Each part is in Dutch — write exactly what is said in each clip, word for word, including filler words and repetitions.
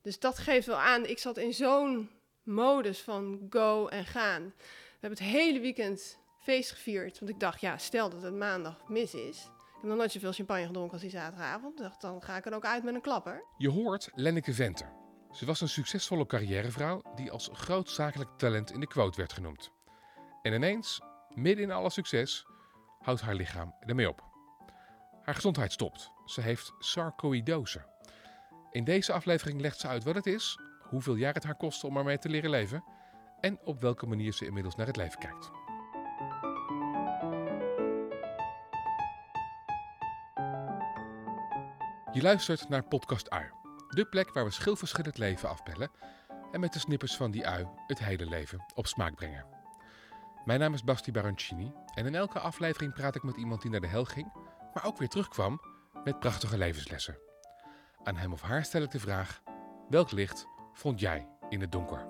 Dus dat geeft wel aan, ik zat in zo'n modus van go en gaan. We hebben het hele weekend feest gevierd. Want ik dacht, ja, stel dat het maandag mis is. Ik heb nog nooit zoveel champagne gedronken als die zaterdagavond. Ik dacht, dan ga ik er ook uit met een klapper. Je hoort Lenneke Venter. Ze was een succesvolle carrièrevrouw die als groot zakelijk talent in de quote werd genoemd. En ineens, midden in alle succes, houdt haar lichaam ermee op. Haar gezondheid stopt. Ze heeft sarcoïdose. In deze aflevering legt ze uit wat het is, hoeveel jaar het haar kost om ermee te leren leven en op welke manier ze inmiddels naar het leven kijkt. Je luistert naar Podcast Ui, de plek waar we schilverschillend leven afpellen en met de snippers van die ui het hele leven op smaak brengen. Mijn naam is Basti Baroncini en in elke aflevering praat ik met iemand die naar de hel ging, maar ook weer terugkwam met prachtige levenslessen. Aan hem of haar stel ik de vraag: welk licht vond jij in het donker?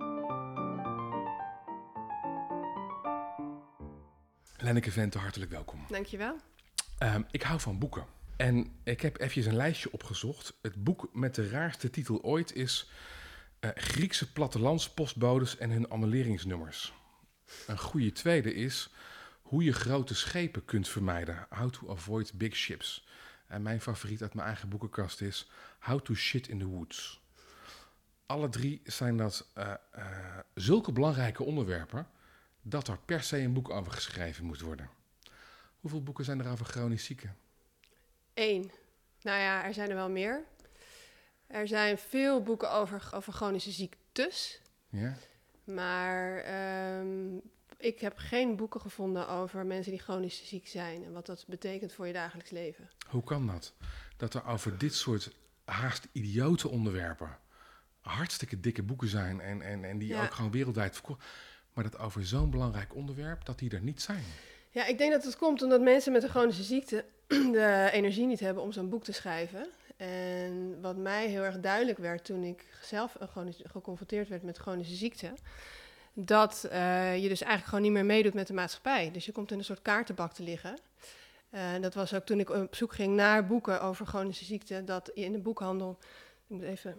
Lenneke Venter, hartelijk welkom. Dankjewel. Um, ik hou van boeken. En ik heb even een lijstje opgezocht. Het boek met de raarste titel ooit is uh, Griekse plattelandspostbodes en hun annuleringsnummers. Een goede tweede is Hoe je grote schepen kunt vermijden. How to avoid big ships. En mijn favoriet uit mijn eigen boekenkast is How to shit in the woods. Alle drie zijn dat uh, uh, zulke belangrijke onderwerpen dat er per se een boek over geschreven moet worden. Hoeveel boeken zijn er over chronisch zieken? Eén. Nou ja, er zijn er wel meer. Er zijn veel boeken over, over chronische ziektes. Ja? Maar um, ik heb geen boeken gevonden over mensen die chronisch ziek zijn en wat dat betekent voor je dagelijks leven. Hoe kan dat? Dat er over dit soort haast idiote onderwerpen hartstikke dikke boeken zijn en, en, en die Ja. ook gewoon wereldwijd verkocht. Maar dat over zo'n belangrijk onderwerp, dat die er niet zijn. Ja, ik denk dat het komt omdat mensen met een chronische ziekte de energie niet hebben om zo'n boek te schrijven. En wat mij heel erg duidelijk werd toen ik zelf een chronisch, geconfronteerd werd met chronische ziekte, dat uh, je dus eigenlijk gewoon niet meer meedoet met de maatschappij. Dus je komt in een soort kaartenbak te liggen. Uh, dat was ook toen ik op zoek ging naar boeken over chronische ziekte, dat in de boekhandel, ik moet even,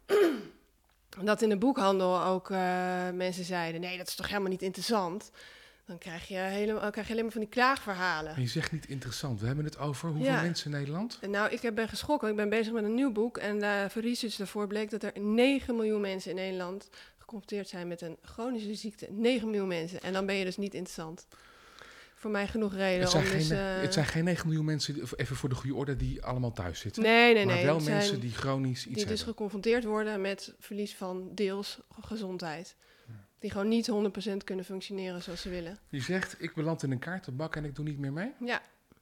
dat in de boekhandel ook uh, mensen zeiden, nee, dat is toch helemaal niet interessant. Dan krijg je, helemaal, krijg je alleen maar van die klaagverhalen. Maar je zegt niet interessant. We hebben het over hoeveel Ja. mensen in Nederland? En nou, ik ben geschrokken. Ik ben bezig met een nieuw boek. En uh, voor research daarvoor bleek dat er negen miljoen mensen in Nederland geconfronteerd zijn met een chronische ziekte. negen miljoen mensen. En dan ben je dus niet interessant. Voor mij genoeg reden Het zijn, om geen, dus... Uh... het zijn geen negen miljoen mensen, even voor de goede orde, die allemaal thuis zitten. Nee, nee, maar nee. wel het mensen zijn die chronisch iets die hebben. dus geconfronteerd worden met verlies van deels gezondheid. Ja. Die gewoon niet honderd procent kunnen functioneren zoals ze willen. Je zegt, ik beland in een kaartenbak en ik doe niet meer mee? Ja.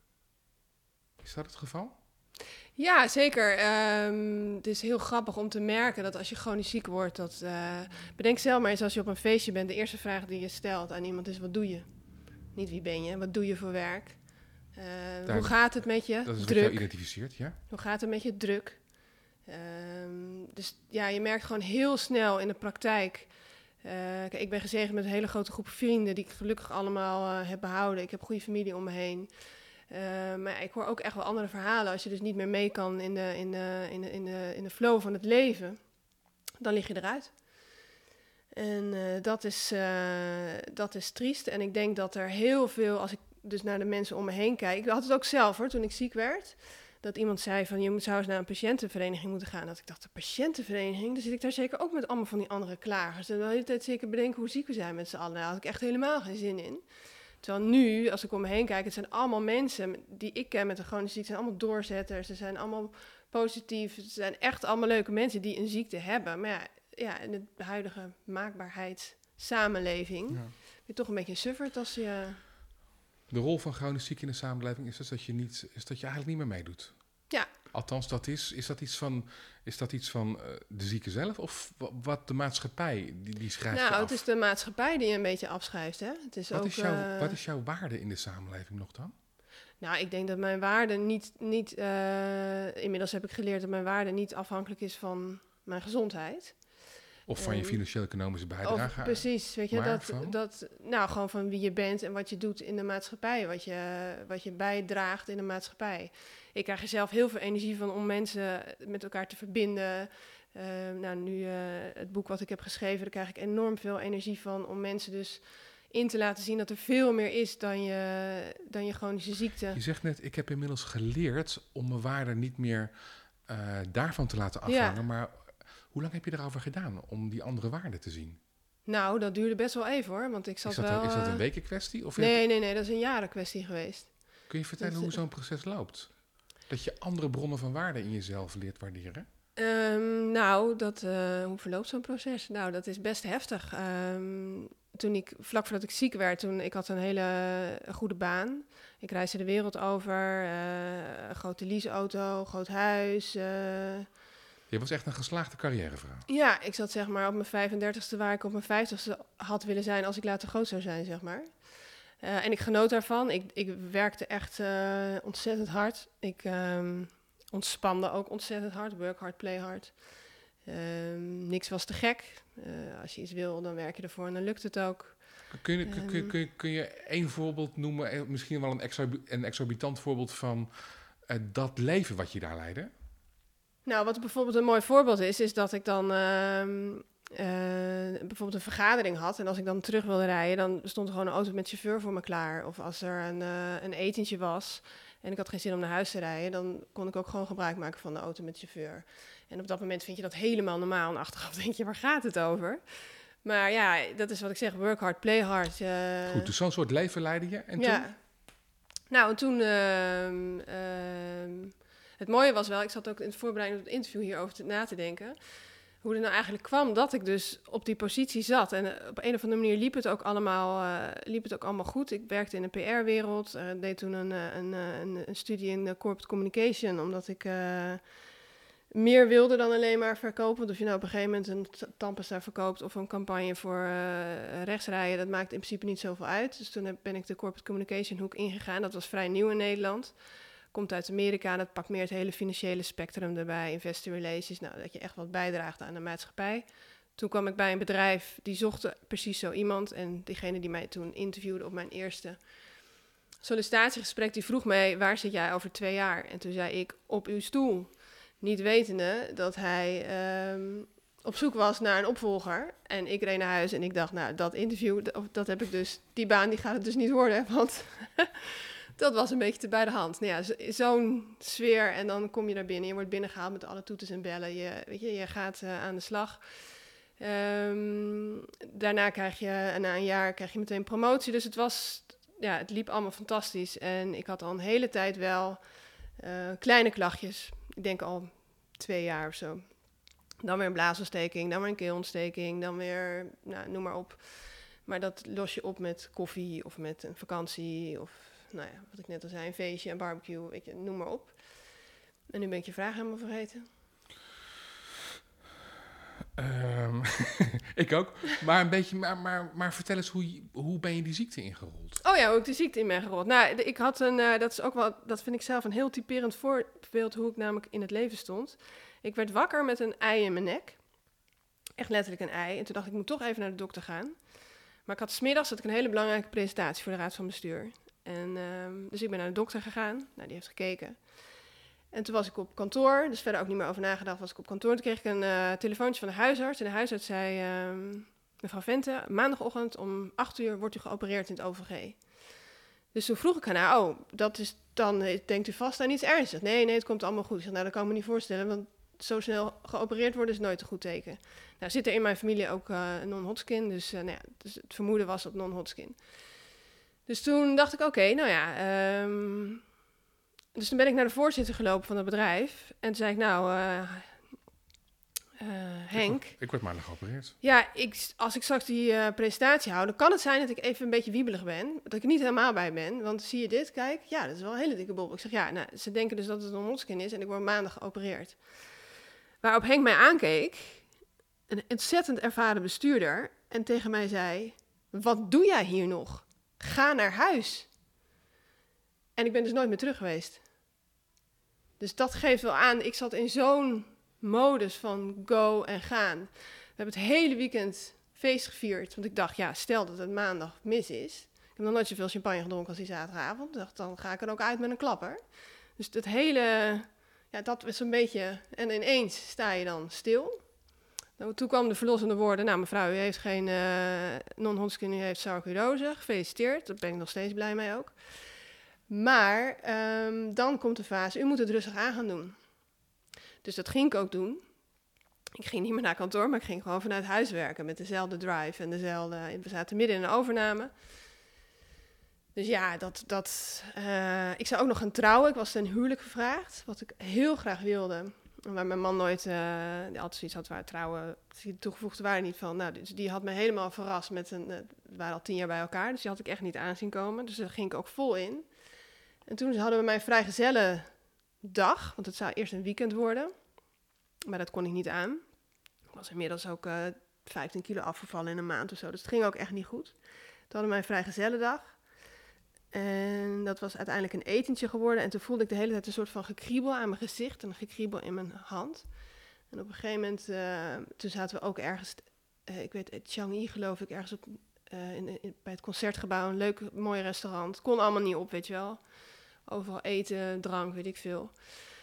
Is dat het geval? Ja, zeker. Um, het is heel grappig om te merken dat als je chronisch ziek wordt, dat uh, bedenk zelf maar eens als je op een feestje bent, de eerste vraag die je stelt aan iemand is, wat doe je? Niet wie ben je, wat doe je voor werk? Uh, hoe gaat het met je? Dat is Druk. wat jou identificeert, ja? Hoe gaat het met je? Druk. Um, dus ja, je merkt gewoon heel snel in de praktijk. Uh, kijk, ik ben gezegend met een hele grote groep vrienden die ik gelukkig allemaal uh, heb behouden. Ik heb goede familie om me heen. Uh, maar ik hoor ook echt wel andere verhalen. Als je dus niet meer mee kan in de, in de, in de, in de, in de flow van het leven, dan lig je eruit. En uh, dat, is, uh, dat is triest. En ik denk dat er heel veel, als ik dus naar de mensen om me heen kijk, ik had het ook zelf hoor, toen ik ziek werd, dat iemand zei van, je moet zou eens naar een patiëntenvereniging moeten gaan. Dat ik dacht, een patiëntenvereniging? Dan zit ik daar zeker ook met allemaal van die andere klagers. En de hele tijd zeker bedenken hoe ziek we zijn met z'n allen. Daar had ik echt helemaal geen zin in. Terwijl nu, als ik om me heen kijk, het zijn allemaal mensen die ik ken met een chronische ziekte. Ze zijn allemaal doorzetters, ze zijn allemaal positief. Ze zijn echt allemaal leuke mensen die een ziekte hebben. Maar ja, ja in de huidige maakbaarheidssamenleving ja. ben je toch een beetje sufferd als je... De rol van chronisch ziek in de samenleving is dus dat je, niet, is dat je eigenlijk niet meer meedoet. Ja. Althans, dat is, is dat iets van, is dat iets van uh, de zieke zelf of wat de maatschappij die, die schrijft Nou, af? het is de maatschappij die je een beetje afschrijft. Hè? Het is wat, ook, is jouw, uh, wat is jouw waarde in de samenleving nog dan? Nou, ik denk dat mijn waarde niet... niet uh, inmiddels heb ik geleerd dat mijn waarde niet afhankelijk is van mijn gezondheid. Of van je financieel-economische bijdrage. Of, precies, weet je, maar dat, van? dat, nou, gewoon van wie je bent en wat je doet in de maatschappij, wat je, wat je bijdraagt in de maatschappij. Ik krijg er zelf heel veel energie van om mensen met elkaar te verbinden, Uh, nou, nu uh, het boek wat ik heb geschreven, daar krijg ik enorm veel energie van om mensen dus in te laten zien dat er veel meer is dan je, dan je chronische ziekte. Je zegt net, ik heb inmiddels geleerd om mijn waarde niet meer uh, daarvan te laten afhangen. Ja. Maar hoe lang heb je erover gedaan om die andere waarden te zien? Nou, dat duurde best wel even hoor. Want ik zat is, dat wel, een, is dat een weken kwestie? Of nee, je... nee, nee, dat is een jaren kwestie geweest. Kun je vertellen dus, hoe zo'n proces loopt? Dat je andere bronnen van waarde in jezelf leert waarderen? Um, nou, dat, uh, hoe verloopt zo'n proces? Nou, dat is best heftig. Um, toen ik, vlak voordat ik ziek werd, toen ik had een hele goede baan. Ik reisde de wereld over, uh, een grote leaseauto, groot huis. Uh, Je was echt een geslaagde carrièrevrouw. Ja, ik zat zeg maar op mijn vijfendertigste waar ik op mijn vijftigste had willen zijn als ik later groot zou zijn, zeg maar. Uh, en ik genoot daarvan. Ik, ik werkte echt uh, ontzettend hard. Ik um, ontspande ook ontzettend hard. Work hard, play hard. Um, niks was te gek. Uh, als je iets wil, dan werk je ervoor en dan lukt het ook. Kun je, kun, kun, kun, je, kun je één voorbeeld noemen, misschien wel een, exorbi- een exorbitant voorbeeld van uh, dat leven wat je daar leidde? Nou, wat bijvoorbeeld een mooi voorbeeld is, is dat ik dan uh, uh, bijvoorbeeld een vergadering had. En als ik dan terug wilde rijden, dan stond er gewoon een auto met chauffeur voor me klaar. Of als er een, uh, een etentje was en ik had geen zin om naar huis te rijden, dan kon ik ook gewoon gebruik maken van de auto met chauffeur. En op dat moment vind je dat helemaal normaal. En achteraf denk je, waar gaat het over? Maar ja, dat is wat ik zeg, work hard, play hard. Uh, Goed, dus zo'n soort leven leidde je. En ja. toen? Nou, en toen... Uh, uh, het mooie was wel, ik zat ook in het voorbereiding op het interview hierover te, na te denken, hoe het nou eigenlijk kwam dat ik dus op die positie zat. En uh, op een of andere manier liep het ook allemaal, uh, liep het ook allemaal goed. Ik werkte in de P R-wereld, uh, deed toen een, een, een, een studie in de corporate communication, omdat ik uh, meer wilde dan alleen maar verkopen. Want of je nou op een gegeven moment een tandpasta verkoopt of een campagne voor uh, rechtsrijden, dat maakt in principe niet zoveel uit. Dus toen heb, ben ik de corporate communication hoek ingegaan. Dat was vrij nieuw in Nederland. Komt uit Amerika, dat pakt meer het hele financiële spectrum erbij, investor relations, nou, dat je echt wat bijdraagt aan de maatschappij. Toen kwam ik bij een bedrijf, die zochten precies zo iemand. En diegene die mij toen interviewde op mijn eerste sollicitatiegesprek, die vroeg mij, waar zit jij over twee jaar? En toen zei ik, op uw stoel. Niet wetende dat hij um, op zoek was naar een opvolger. En ik reed naar huis en ik dacht, nou, dat interview, dat, dat heb ik dus, die baan die gaat het dus niet worden, want... Dat was een beetje te bij de hand. Nou ja, zo, zo'n sfeer en dan kom je daar binnen. Je wordt binnengehaald met alle toeters en bellen. Je, weet je, je gaat uh, aan de slag. Um, daarna krijg je, na een jaar, krijg je meteen promotie. Dus het was, ja, het liep allemaal fantastisch. En ik had al een hele tijd wel uh, kleine klachtjes. Ik denk al twee jaar of zo. Dan weer een blaasontsteking, dan weer een keelontsteking, dan weer, nou, noem maar op. Maar dat los je op met koffie of met een vakantie of... Nou ja, wat ik net al zei, een feestje, een barbecue, weet je, noem maar op. En nu ben ik je vraag helemaal vergeten. Um, ik ook. Maar een beetje, maar, maar, maar vertel eens, hoe, hoe ben je die ziekte ingerold? Oh ja, hoe ik de ziekte in ben gerold. Nou, de, ik had een, uh, dat is ook wel, dat vind ik zelf een heel typerend voorbeeld hoe ik namelijk in het leven stond. Ik werd wakker met een ei in mijn nek. Echt letterlijk een ei. En toen dacht ik, ik moet toch even naar de dokter gaan. Maar ik had 's middags had ik een hele belangrijke presentatie voor de raad van bestuur. En, um, dus ik ben naar de dokter gegaan. Nou, die heeft gekeken. En toen was ik op kantoor. Dus verder ook niet meer over nagedacht. Was ik op kantoor. Toen kreeg ik een uh, telefoontje van de huisarts. En de huisarts zei... Um, mevrouw Vente, maandagochtend om acht uur wordt u geopereerd in het O V G. Dus toen vroeg ik haar nou... Oh, dat is dan... Denkt u vast aan iets ernstigs? Nee, nee, het komt allemaal goed. Ik zeg, nou, dat kan ik me niet voorstellen. Want zo snel geopereerd worden is nooit een goed teken. Nou, zit er in mijn familie ook uh, non-Hodgkin. Dus, uh, nou ja, dus het vermoeden was op non-Hodgkin. Dus toen dacht ik, oké, okay, nou ja... Um, dus toen ben ik naar de voorzitter gelopen van het bedrijf. En toen zei ik, nou, uh, uh, Henk... Ik word, ik word maandag geopereerd. Ja, ik, als ik straks die uh, presentatie hou... dan kan het zijn dat ik even een beetje wiebelig ben. Dat ik er niet helemaal bij ben. Want zie je dit? Kijk, ja, dat is wel een hele dikke bol. Ik zeg, ja, nou, ze denken dus dat het een Hodgkin is... en ik word maandag geopereerd. Waarop Henk mij aankeek... een ontzettend ervaren bestuurder... en tegen mij zei... Wat doe jij hier nog? Ga naar huis. En ik ben dus nooit meer terug geweest. Dus dat geeft wel aan, ik zat in zo'n modus van go en gaan. We hebben het hele weekend feest gevierd. Want ik dacht, ja, stel dat het maandag mis is. Ik heb nog nooit zoveel champagne gedronken als die zaterdagavond. Ik dacht, dan ga ik er ook uit met een klapper. Dus het hele, ja, dat was een beetje... En ineens sta je dan stil... Nou, toen kwam de verlossende woorden. Nou, mevrouw, u heeft geen uh, non-Hodgkin, u heeft sarcoïdose. Gefeliciteerd, daar ben ik nog steeds blij mee ook. Maar um, dan komt de fase, u moet het rustig aan gaan doen. Dus dat ging ik ook doen. Ik ging niet meer naar kantoor, maar ik ging gewoon vanuit huis werken met dezelfde drive en dezelfde... We zaten midden in een overname. Dus ja, dat, dat, uh, ik zou ook nog gaan trouwen. Ik was ten huwelijk gevraagd, wat ik heel graag wilde. Waar mijn man nooit, uh, altijd zoiets had waar trouwen, de toegevoegde waarde niet van. Nou, dus die had me helemaal verrast met een, uh, we waren al tien jaar bij elkaar, dus die had ik echt niet aanzien komen. Dus daar ging ik ook vol in. En toen hadden we mijn vrijgezellendag, want het zou eerst een weekend worden. Maar dat kon ik niet aan. Ik was inmiddels ook uh, vijftien kilo afgevallen in een maand of zo, dus het ging ook echt niet goed. Toen hadden we mijn vrijgezellendag. En dat was uiteindelijk een etentje geworden. En toen voelde ik de hele tijd een soort van gekriebel aan mijn gezicht en een gekriebel in mijn hand. En op een gegeven moment, uh, toen zaten we ook ergens, uh, ik weet, Changi geloof ik, ergens op, uh, in, in, bij het Concertgebouw, een leuk, mooi restaurant. Kon allemaal niet op, weet je wel. Overal eten, drank, weet ik veel.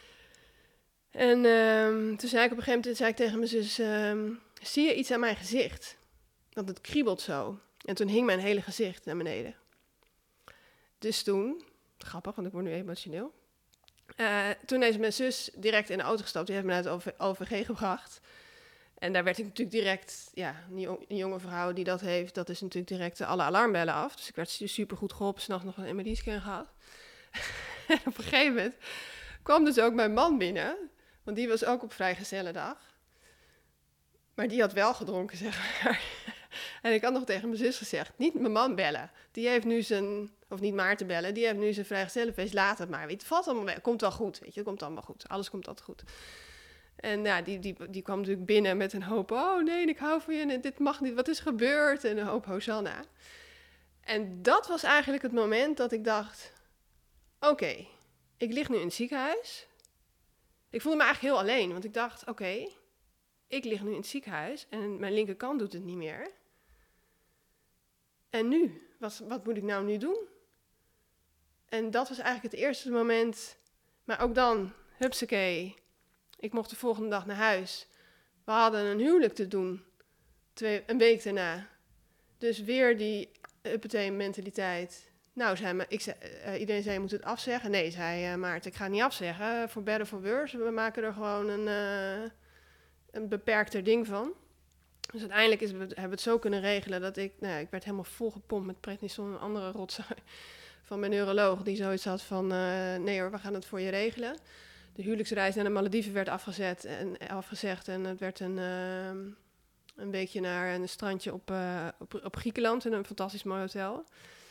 En uh, toen zei ik op een gegeven moment zei ik tegen mijn zus, uh, zie je iets aan mijn gezicht? Want het kriebelt zo. En toen hing mijn hele gezicht naar beneden. Dus toen, grappig, want ik word nu emotioneel. Uh, toen is mijn zus direct in de auto gestapt. Die heeft me naar het O V G gebracht. En daar werd ik natuurlijk direct, ja, een jonge vrouw die dat heeft, dat is natuurlijk direct alle alarmbellen af. Dus ik werd super goed geholpen, 's nachts nog een M R I-scan gehad. En op een gegeven moment kwam dus ook mijn man binnen, want die was ook op vrijgezellendag. Maar die had wel gedronken, zeg maar. En ik had nog tegen mijn zus gezegd, niet mijn man bellen. Die heeft nu zijn, of niet Maarten bellen, die heeft nu zijn vrijgezellenfeest, laat het maar. Weet je, het valt allemaal wel, komt wel goed, weet je, het komt allemaal goed. Alles komt altijd goed. En ja, die, die, die kwam natuurlijk binnen met een hoop, oh nee, ik hou van je en dit mag niet, wat is gebeurd? En een hoop Hosanna. En dat was eigenlijk het moment dat ik dacht, oké, okay, ik lig nu in het ziekenhuis. Ik voelde me eigenlijk heel alleen, want ik dacht, oké, okay, ik lig nu in het ziekenhuis en mijn linkerkant doet het niet meer. En nu? Wat, wat moet ik nou nu doen? En dat was eigenlijk het eerste moment. Maar ook dan, hupsakee. Ik mocht de volgende dag naar huis. We hadden een huwelijk te doen. Twee, een week daarna. Dus weer die uppatee mentaliteit. Nou, zei me, ik zei, uh, iedereen zei, je moet het afzeggen. Nee, zei uh, Maarten, ik ga het niet afzeggen. Voor better, for worse. We maken er gewoon een, uh, een beperkter ding van. Dus uiteindelijk is, hebben we het zo kunnen regelen dat ik... Nou, ik werd helemaal volgepompt met prednison en andere rotzooi van mijn neuroloog. Die zoiets had van, uh, nee hoor, we gaan het voor je regelen. De huwelijksreis naar de Malediven werd afgezet en, afgezegd. En het werd een, uh, een weekje naar een strandje op, uh, op, op Griekenland in een fantastisch mooi hotel.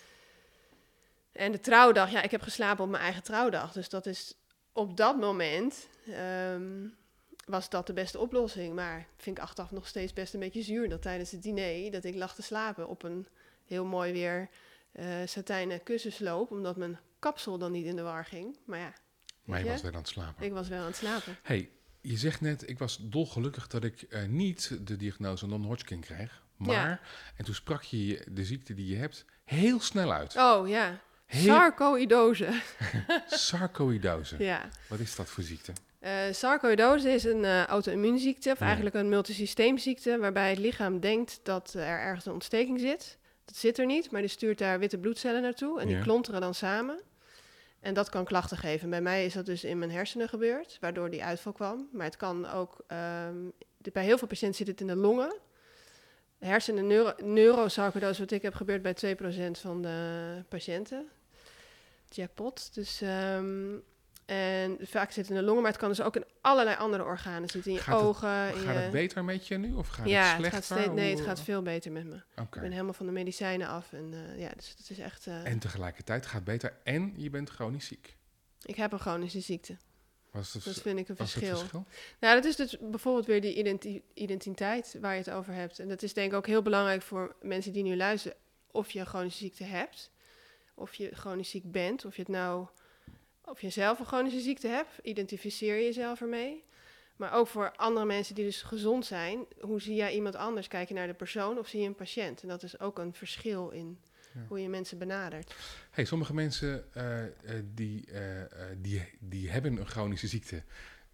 En de trouwdag, ja, ik heb geslapen op mijn eigen trouwdag. Dus dat is op dat moment... Um, was dat de beste oplossing. Maar vind ik achteraf nog steeds best een beetje zuur... dat tijdens het diner dat ik lag te slapen op een heel mooi weer uh, satijnen kussensloop... omdat mijn kapsel dan niet in de war ging. Maar ja... Maar je, je was wel aan het slapen. Ik was wel aan het slapen. Hey, je zegt net, ik was dolgelukkig dat ik uh, niet de diagnose non-Hodgkin krijg. Maar, ja. En toen sprak je de ziekte die je hebt heel snel uit. Oh ja, heel... sarcoïdose. Sarcoïdose. Ja. Wat is dat voor ziekte? Uh, sarcoïdose is een uh, auto-immuunziekte, of ja. eigenlijk een multisysteemziekte, waarbij het lichaam denkt dat er ergens een ontsteking zit. Dat zit er niet, maar die stuurt daar witte bloedcellen naartoe en die ja. klonteren dan samen. En dat kan klachten geven. Bij mij is dat dus in mijn hersenen gebeurd, waardoor die uitval kwam. Maar het kan ook, um, bij heel veel patiënten zit het in de longen. Hersenen, neuro, neurosarcoïdose, wat ik heb, gebeurt bij twee procent van de patiënten. Jackpot. Dus... Um, En vaak zit het in de longen, maar het kan dus ook in allerlei andere organen zitten. In je gaat ogen. Het, in gaat je... het beter met je nu of gaat ja, het slechter? Het gaat steeds, nee, het gaat veel beter met me. Okay. Ik ben helemaal van de medicijnen af. En, uh, ja, dus het is echt... Uh... En tegelijkertijd gaat het beter en je bent chronisch ziek. Ik heb een chronische ziekte. Was het, dat vind ik een was verschil. Het verschil. Nou, dat is dus bijvoorbeeld weer die identi- identiteit waar je het over hebt. En dat is denk ik ook heel belangrijk voor mensen die nu luisteren. Of je een chronische ziekte hebt, of je chronisch ziek bent, of je het nou... Of je zelf een chronische ziekte hebt, identificeer jezelf ermee. Maar ook voor andere mensen die dus gezond zijn. Hoe zie jij iemand anders? Kijk je naar de persoon of zie je een patiënt? En dat is ook een verschil in ja. hoe je mensen benadert. Hey, sommige mensen uh, uh, die, uh, uh, die, die hebben een chronische ziekte.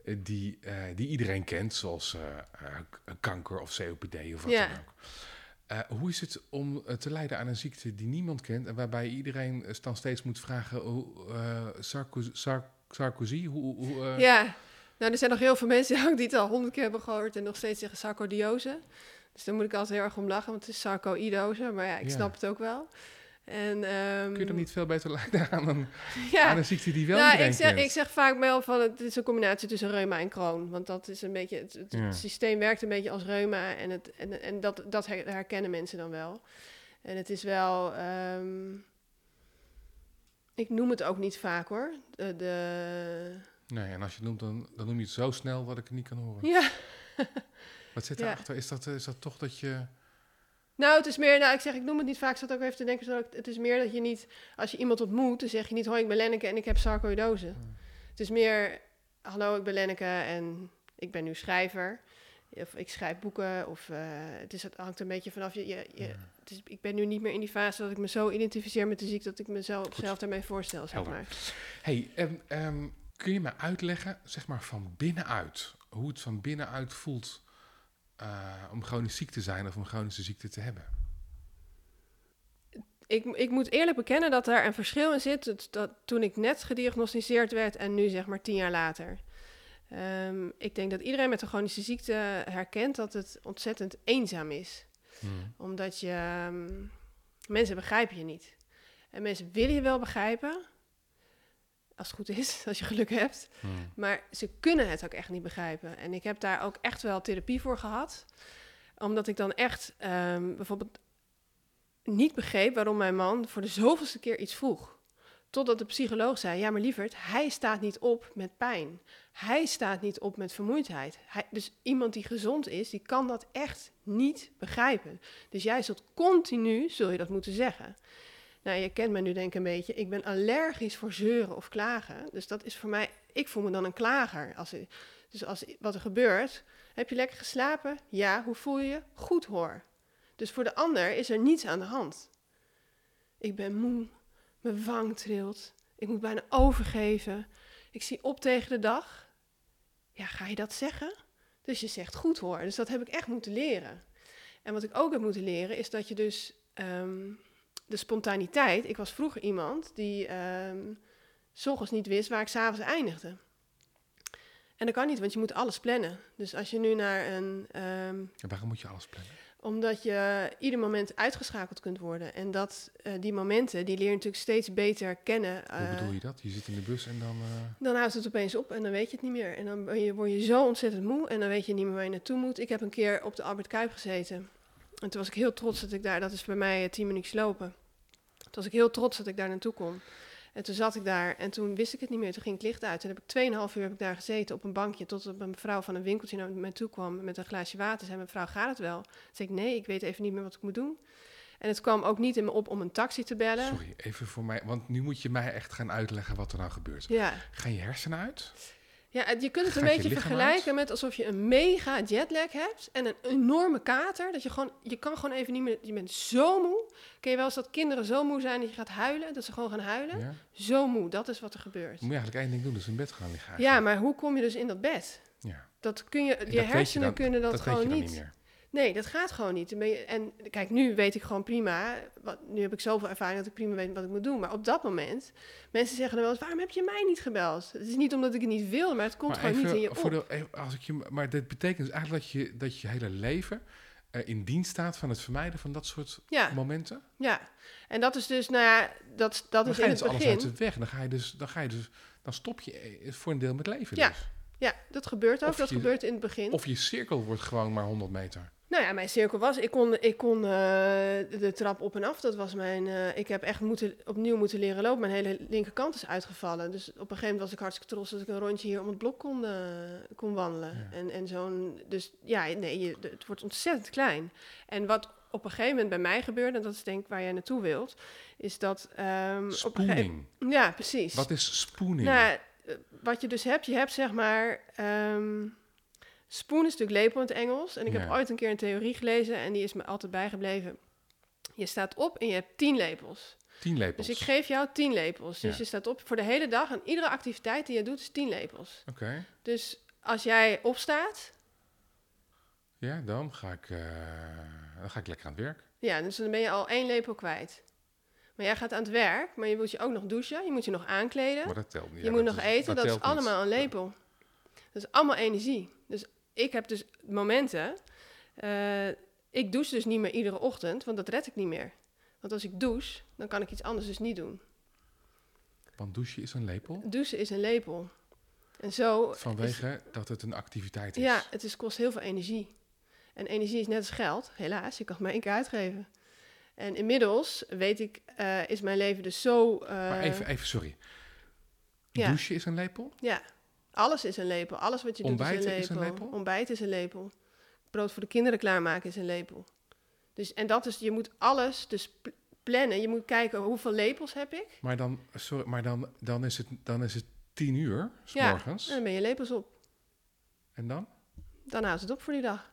uh, die, uh, die iedereen kent, zoals uh, uh, kanker of C O P D of wat Ja. dan ook. Uh, hoe is het om uh, te lijden aan een ziekte die niemand kent en waarbij iedereen uh, dan steeds moet vragen, hoe, uh, Sarkozy, Sar- Sarkozy, hoe... hoe uh... Ja, nou, er zijn nog heel veel mensen die het al honderd keer hebben gehoord en nog steeds zeggen sarcoïdose. Dus daar moet ik altijd heel erg om lachen, want het is sarcoïdose, maar ja, ik Ja. snap het ook wel. En, um, Kun je dan niet veel beter lijden aan een, ja. aan een ziekte die wel nou, iedereen ik zeg, kent? ik zeg vaak wel van het is een combinatie tussen reuma en Crohn. Want dat is een beetje, het, het, Ja. het systeem werkt een beetje als reuma en, het, en, en dat, dat her- herkennen mensen dan wel. En het is wel, um, ik noem het ook niet vaak hoor. De, de... Nee, en als je het noemt, dan, dan noem je het zo snel dat ik het niet kan horen. Ja. Wat zit Ja. erachter? Is dat, is dat toch dat je... Nou, het is meer, nou, ik zeg, ik noem het niet vaak, ik zat ook even te denken, zo, het is meer dat je niet, als je iemand ontmoet, dan zeg je niet, hoi, ik ben Lenneke en ik heb sarcoïdose. Hmm. Het is meer, hallo, ik ben Lenneke en ik ben nu schrijver, of ik schrijf boeken, of uh, het, is, het hangt een beetje vanaf, je, je, je, Ja. het is, ik ben nu niet meer in die fase dat ik me zo identificeer met de ziekte, dat ik mezelf Goed. zelf daarmee voorstel, zeg Helder. maar. Hey, en, um, kun je me uitleggen, zeg maar van binnenuit, hoe het van binnenuit voelt uh, om chronisch ziek te zijn of een chronische ziekte te hebben? Ik, ik moet eerlijk bekennen dat daar een verschil in zit, dat, dat toen ik net gediagnosticeerd werd en nu zeg maar tien jaar later. Um, ik denk dat iedereen met een chronische ziekte herkent dat het ontzettend eenzaam is. Hmm. Omdat je, um, mensen begrijpen je niet. En mensen willen je wel begrijpen, als het goed is, als je geluk hebt. Hmm. Maar ze kunnen het ook echt niet begrijpen. En ik heb daar ook echt wel therapie voor gehad. Omdat ik dan echt um, bijvoorbeeld niet begreep waarom mijn man voor de zoveelste keer iets vroeg. Totdat de psycholoog zei, ja maar lieverd, hij staat niet op met pijn. Hij staat niet op met vermoeidheid. Hij, dus iemand die gezond is, die kan dat echt niet begrijpen. Dus jij zult continu, zul je dat moeten zeggen. Nou, je kent me nu denk ik een beetje. Ik ben allergisch voor zeuren of klagen. Dus dat is voor mij, ik voel me dan een klager. Als, dus als wat er gebeurt, heb je lekker geslapen? Ja, hoe voel je je? Goed hoor. Dus voor de ander is er niets aan de hand. Ik ben moe, mijn wang trilt, ik moet bijna overgeven. Ik zie op tegen de dag. Ja, ga je dat zeggen? Dus je zegt goed hoor. Dus dat heb ik echt moeten leren. En wat ik ook heb moeten leren is dat je dus um, de spontaniteit... Ik was vroeger iemand die um, 's ochtends niet wist waar ik 's avonds eindigde. En dat kan niet, want je moet alles plannen. Dus als je nu naar een... Um, en waarom moet je alles plannen? Omdat je ieder moment uitgeschakeld kunt worden. En dat uh, die momenten, die leer je natuurlijk steeds beter kennen. Uh, Hoe bedoel je dat? Je zit in de bus en dan... Uh... Dan houdt het opeens op en dan weet je het niet meer. En dan ben je, word je zo ontzettend moe en dan weet je niet meer waar je naartoe moet. Ik heb een keer op de Albert Kuip gezeten. En toen was ik heel trots dat ik daar... Dat is bij mij uh, tien minuutjes lopen. Toen was ik heel trots dat ik daar naartoe kon. En toen zat ik daar en toen wist ik het niet meer. Toen ging het licht uit. Toen heb ik tweeënhalf uur heb ik daar gezeten op een bankje... tot een mevrouw van een winkeltje naar mij toe kwam met een glaasje water. Zei, mevrouw, gaat het wel? Toen zei ik, nee, ik weet even niet meer wat ik moet doen. En het kwam ook niet in me op om een taxi te bellen. Sorry, even voor mij, want nu moet je mij echt gaan uitleggen wat er nou gebeurt. Ja. Gaan je hersenen uit? Ja, je kunt het Gaat een je beetje lichaam vergelijken uit? met alsof je een mega jetlag hebt en een enorme kater. Dat je gewoon, je kan gewoon even niet meer, je bent zo moe. Ken je wel eens dat kinderen zo moe zijn dat je gaat huilen, dat ze gewoon gaan huilen? Ja? Zo moe, dat is wat er gebeurt. Moet je eigenlijk één ding doen, dus in bed gaan liggen Ja, eigenlijk. maar hoe kom je dus in dat bed? Ja. Dat kun je, En je dat weet hersenen dan- kunnen dat, dat gewoon weet je dan niet. niet meer. Nee, dat gaat gewoon niet. Dan ben je, en kijk, nu weet ik gewoon prima. Wat, nu heb ik zoveel ervaring dat ik prima weet wat ik moet doen. Maar op dat moment, mensen zeggen dan wel eens, waarom heb je mij niet gebeld? Het is niet omdat ik het niet wil, maar het komt Maar gewoon even niet in je op. voor de, even als ik je, maar dit betekent dus eigenlijk dat je, dat je hele leven uh, in dienst staat van het vermijden van dat soort Ja. momenten. Ja, en dat is dus, nou ja, dat, dat Dan is ga je in dus het alles begin. uit de weg. Dan ga je dus, dan ga je dus, dan stop je eh, voor een deel met leven. Ja. Dus. Ja, dat gebeurt ook. Of dat je- gebeurt in het begin. Of je cirkel wordt gewoon maar honderd meter. Nou ja, mijn cirkel was, ik kon, ik kon uh, de trap op en af. Dat was mijn, uh, ik heb echt moeten, opnieuw moeten leren lopen. Mijn hele linkerkant is uitgevallen. Dus op een gegeven moment was ik hartstikke trots dat ik een rondje hier om het blok kon, uh, kon wandelen. Ja. En, en zo'n, dus ja, nee, je, het wordt ontzettend klein. En wat op een gegeven moment bij mij gebeurde, en dat is denk ik waar jij naartoe wilt, is dat... Um, op een gegeven, Spooning. ja, precies. Wat is spooning? Nou, uh, wat je dus hebt, je hebt zeg maar... Um, spoon is natuurlijk lepel in het Engels. En ik Ja. heb ooit een keer een theorie gelezen en die is me altijd bijgebleven. Je staat op en je hebt tien lepels. Tien lepels. Dus ik geef jou tien lepels. Dus Ja. je staat op voor de hele dag en iedere activiteit die je doet is tien lepels. Oké. Dus als jij opstaat, Ja, dan ga ik, uh, dan ga ik lekker aan het werk. ja, dus dan ben je al één lepel kwijt. Maar jij gaat aan het werk, maar je moet je ook nog douchen, je moet je nog aankleden. Maar dat telt niet. Je Ja, moet dat nog is- eten, dat, is telt niet. allemaal een lepel. Dat is allemaal energie. Dus ik heb dus momenten... Uh, ik douche dus niet meer iedere ochtend, want dat red ik niet meer. Want als ik douche, dan kan ik iets anders dus niet doen. Want douchen is een lepel? Douchen is een lepel. En zo... Vanwege is, dat het een activiteit is. Ja, het is, kost heel veel energie. En energie is net als geld. Helaas, je kan het maar één keer uitgeven. En inmiddels, weet ik, uh, is mijn leven dus zo... Uh, maar even, even, sorry. Ja. Douchen is een lepel? Ja, alles is een lepel. Alles wat je Ontbijten doet is een lepel. is een lepel? Ontbijt is een lepel. Brood voor de kinderen klaarmaken is een lepel. Dus, en dat is, je moet alles dus pl- plannen. Je moet kijken hoeveel lepels heb ik. Maar dan, sorry, maar dan, dan, is, het, dan is het tien uur, 's Ja, morgens. en dan ben je lepels op. En dan? Dan houdt het op voor die dag.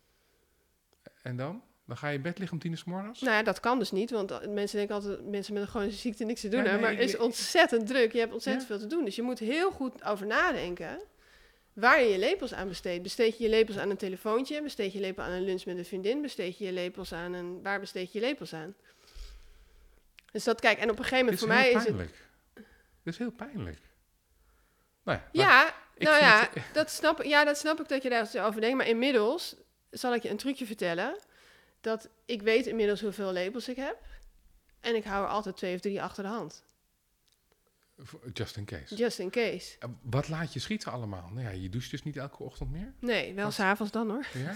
En dan? Dan ga je in bed liggen om tien uur 's morgens? Nou ja, dat kan dus niet. Want mensen denken altijd, mensen met een chronische ziekte niks te doen Ja, hebben. nee, Maar het is ik- ontzettend druk. Je hebt ontzettend Ja. veel te doen. Dus je moet heel goed over nadenken waar je je lepels aan besteedt. Besteed je je lepels aan een telefoontje? Besteed je je lepel aan een lunch met een vriendin? Besteed je je lepels aan een... Waar besteed je je lepels aan? Dus dat, kijk, en op een gegeven Dit moment is voor heel mij is het... pijnlijk. Dit is heel pijnlijk. Nou ja, maar Ja, ik nou vind ja, het- dat snap, ja, dat snap ik dat je daarover denkt. Maar inmiddels zal ik je een trucje vertellen. Dat ik weet inmiddels hoeveel lepels ik heb. En ik hou er altijd twee of drie achter de hand. just in case. Just in case. Uh, Wat laat je schieten allemaal? Nou ja, je doucht dus niet elke ochtend meer? Nee, wel Wat? s'avonds dan hoor. Ja?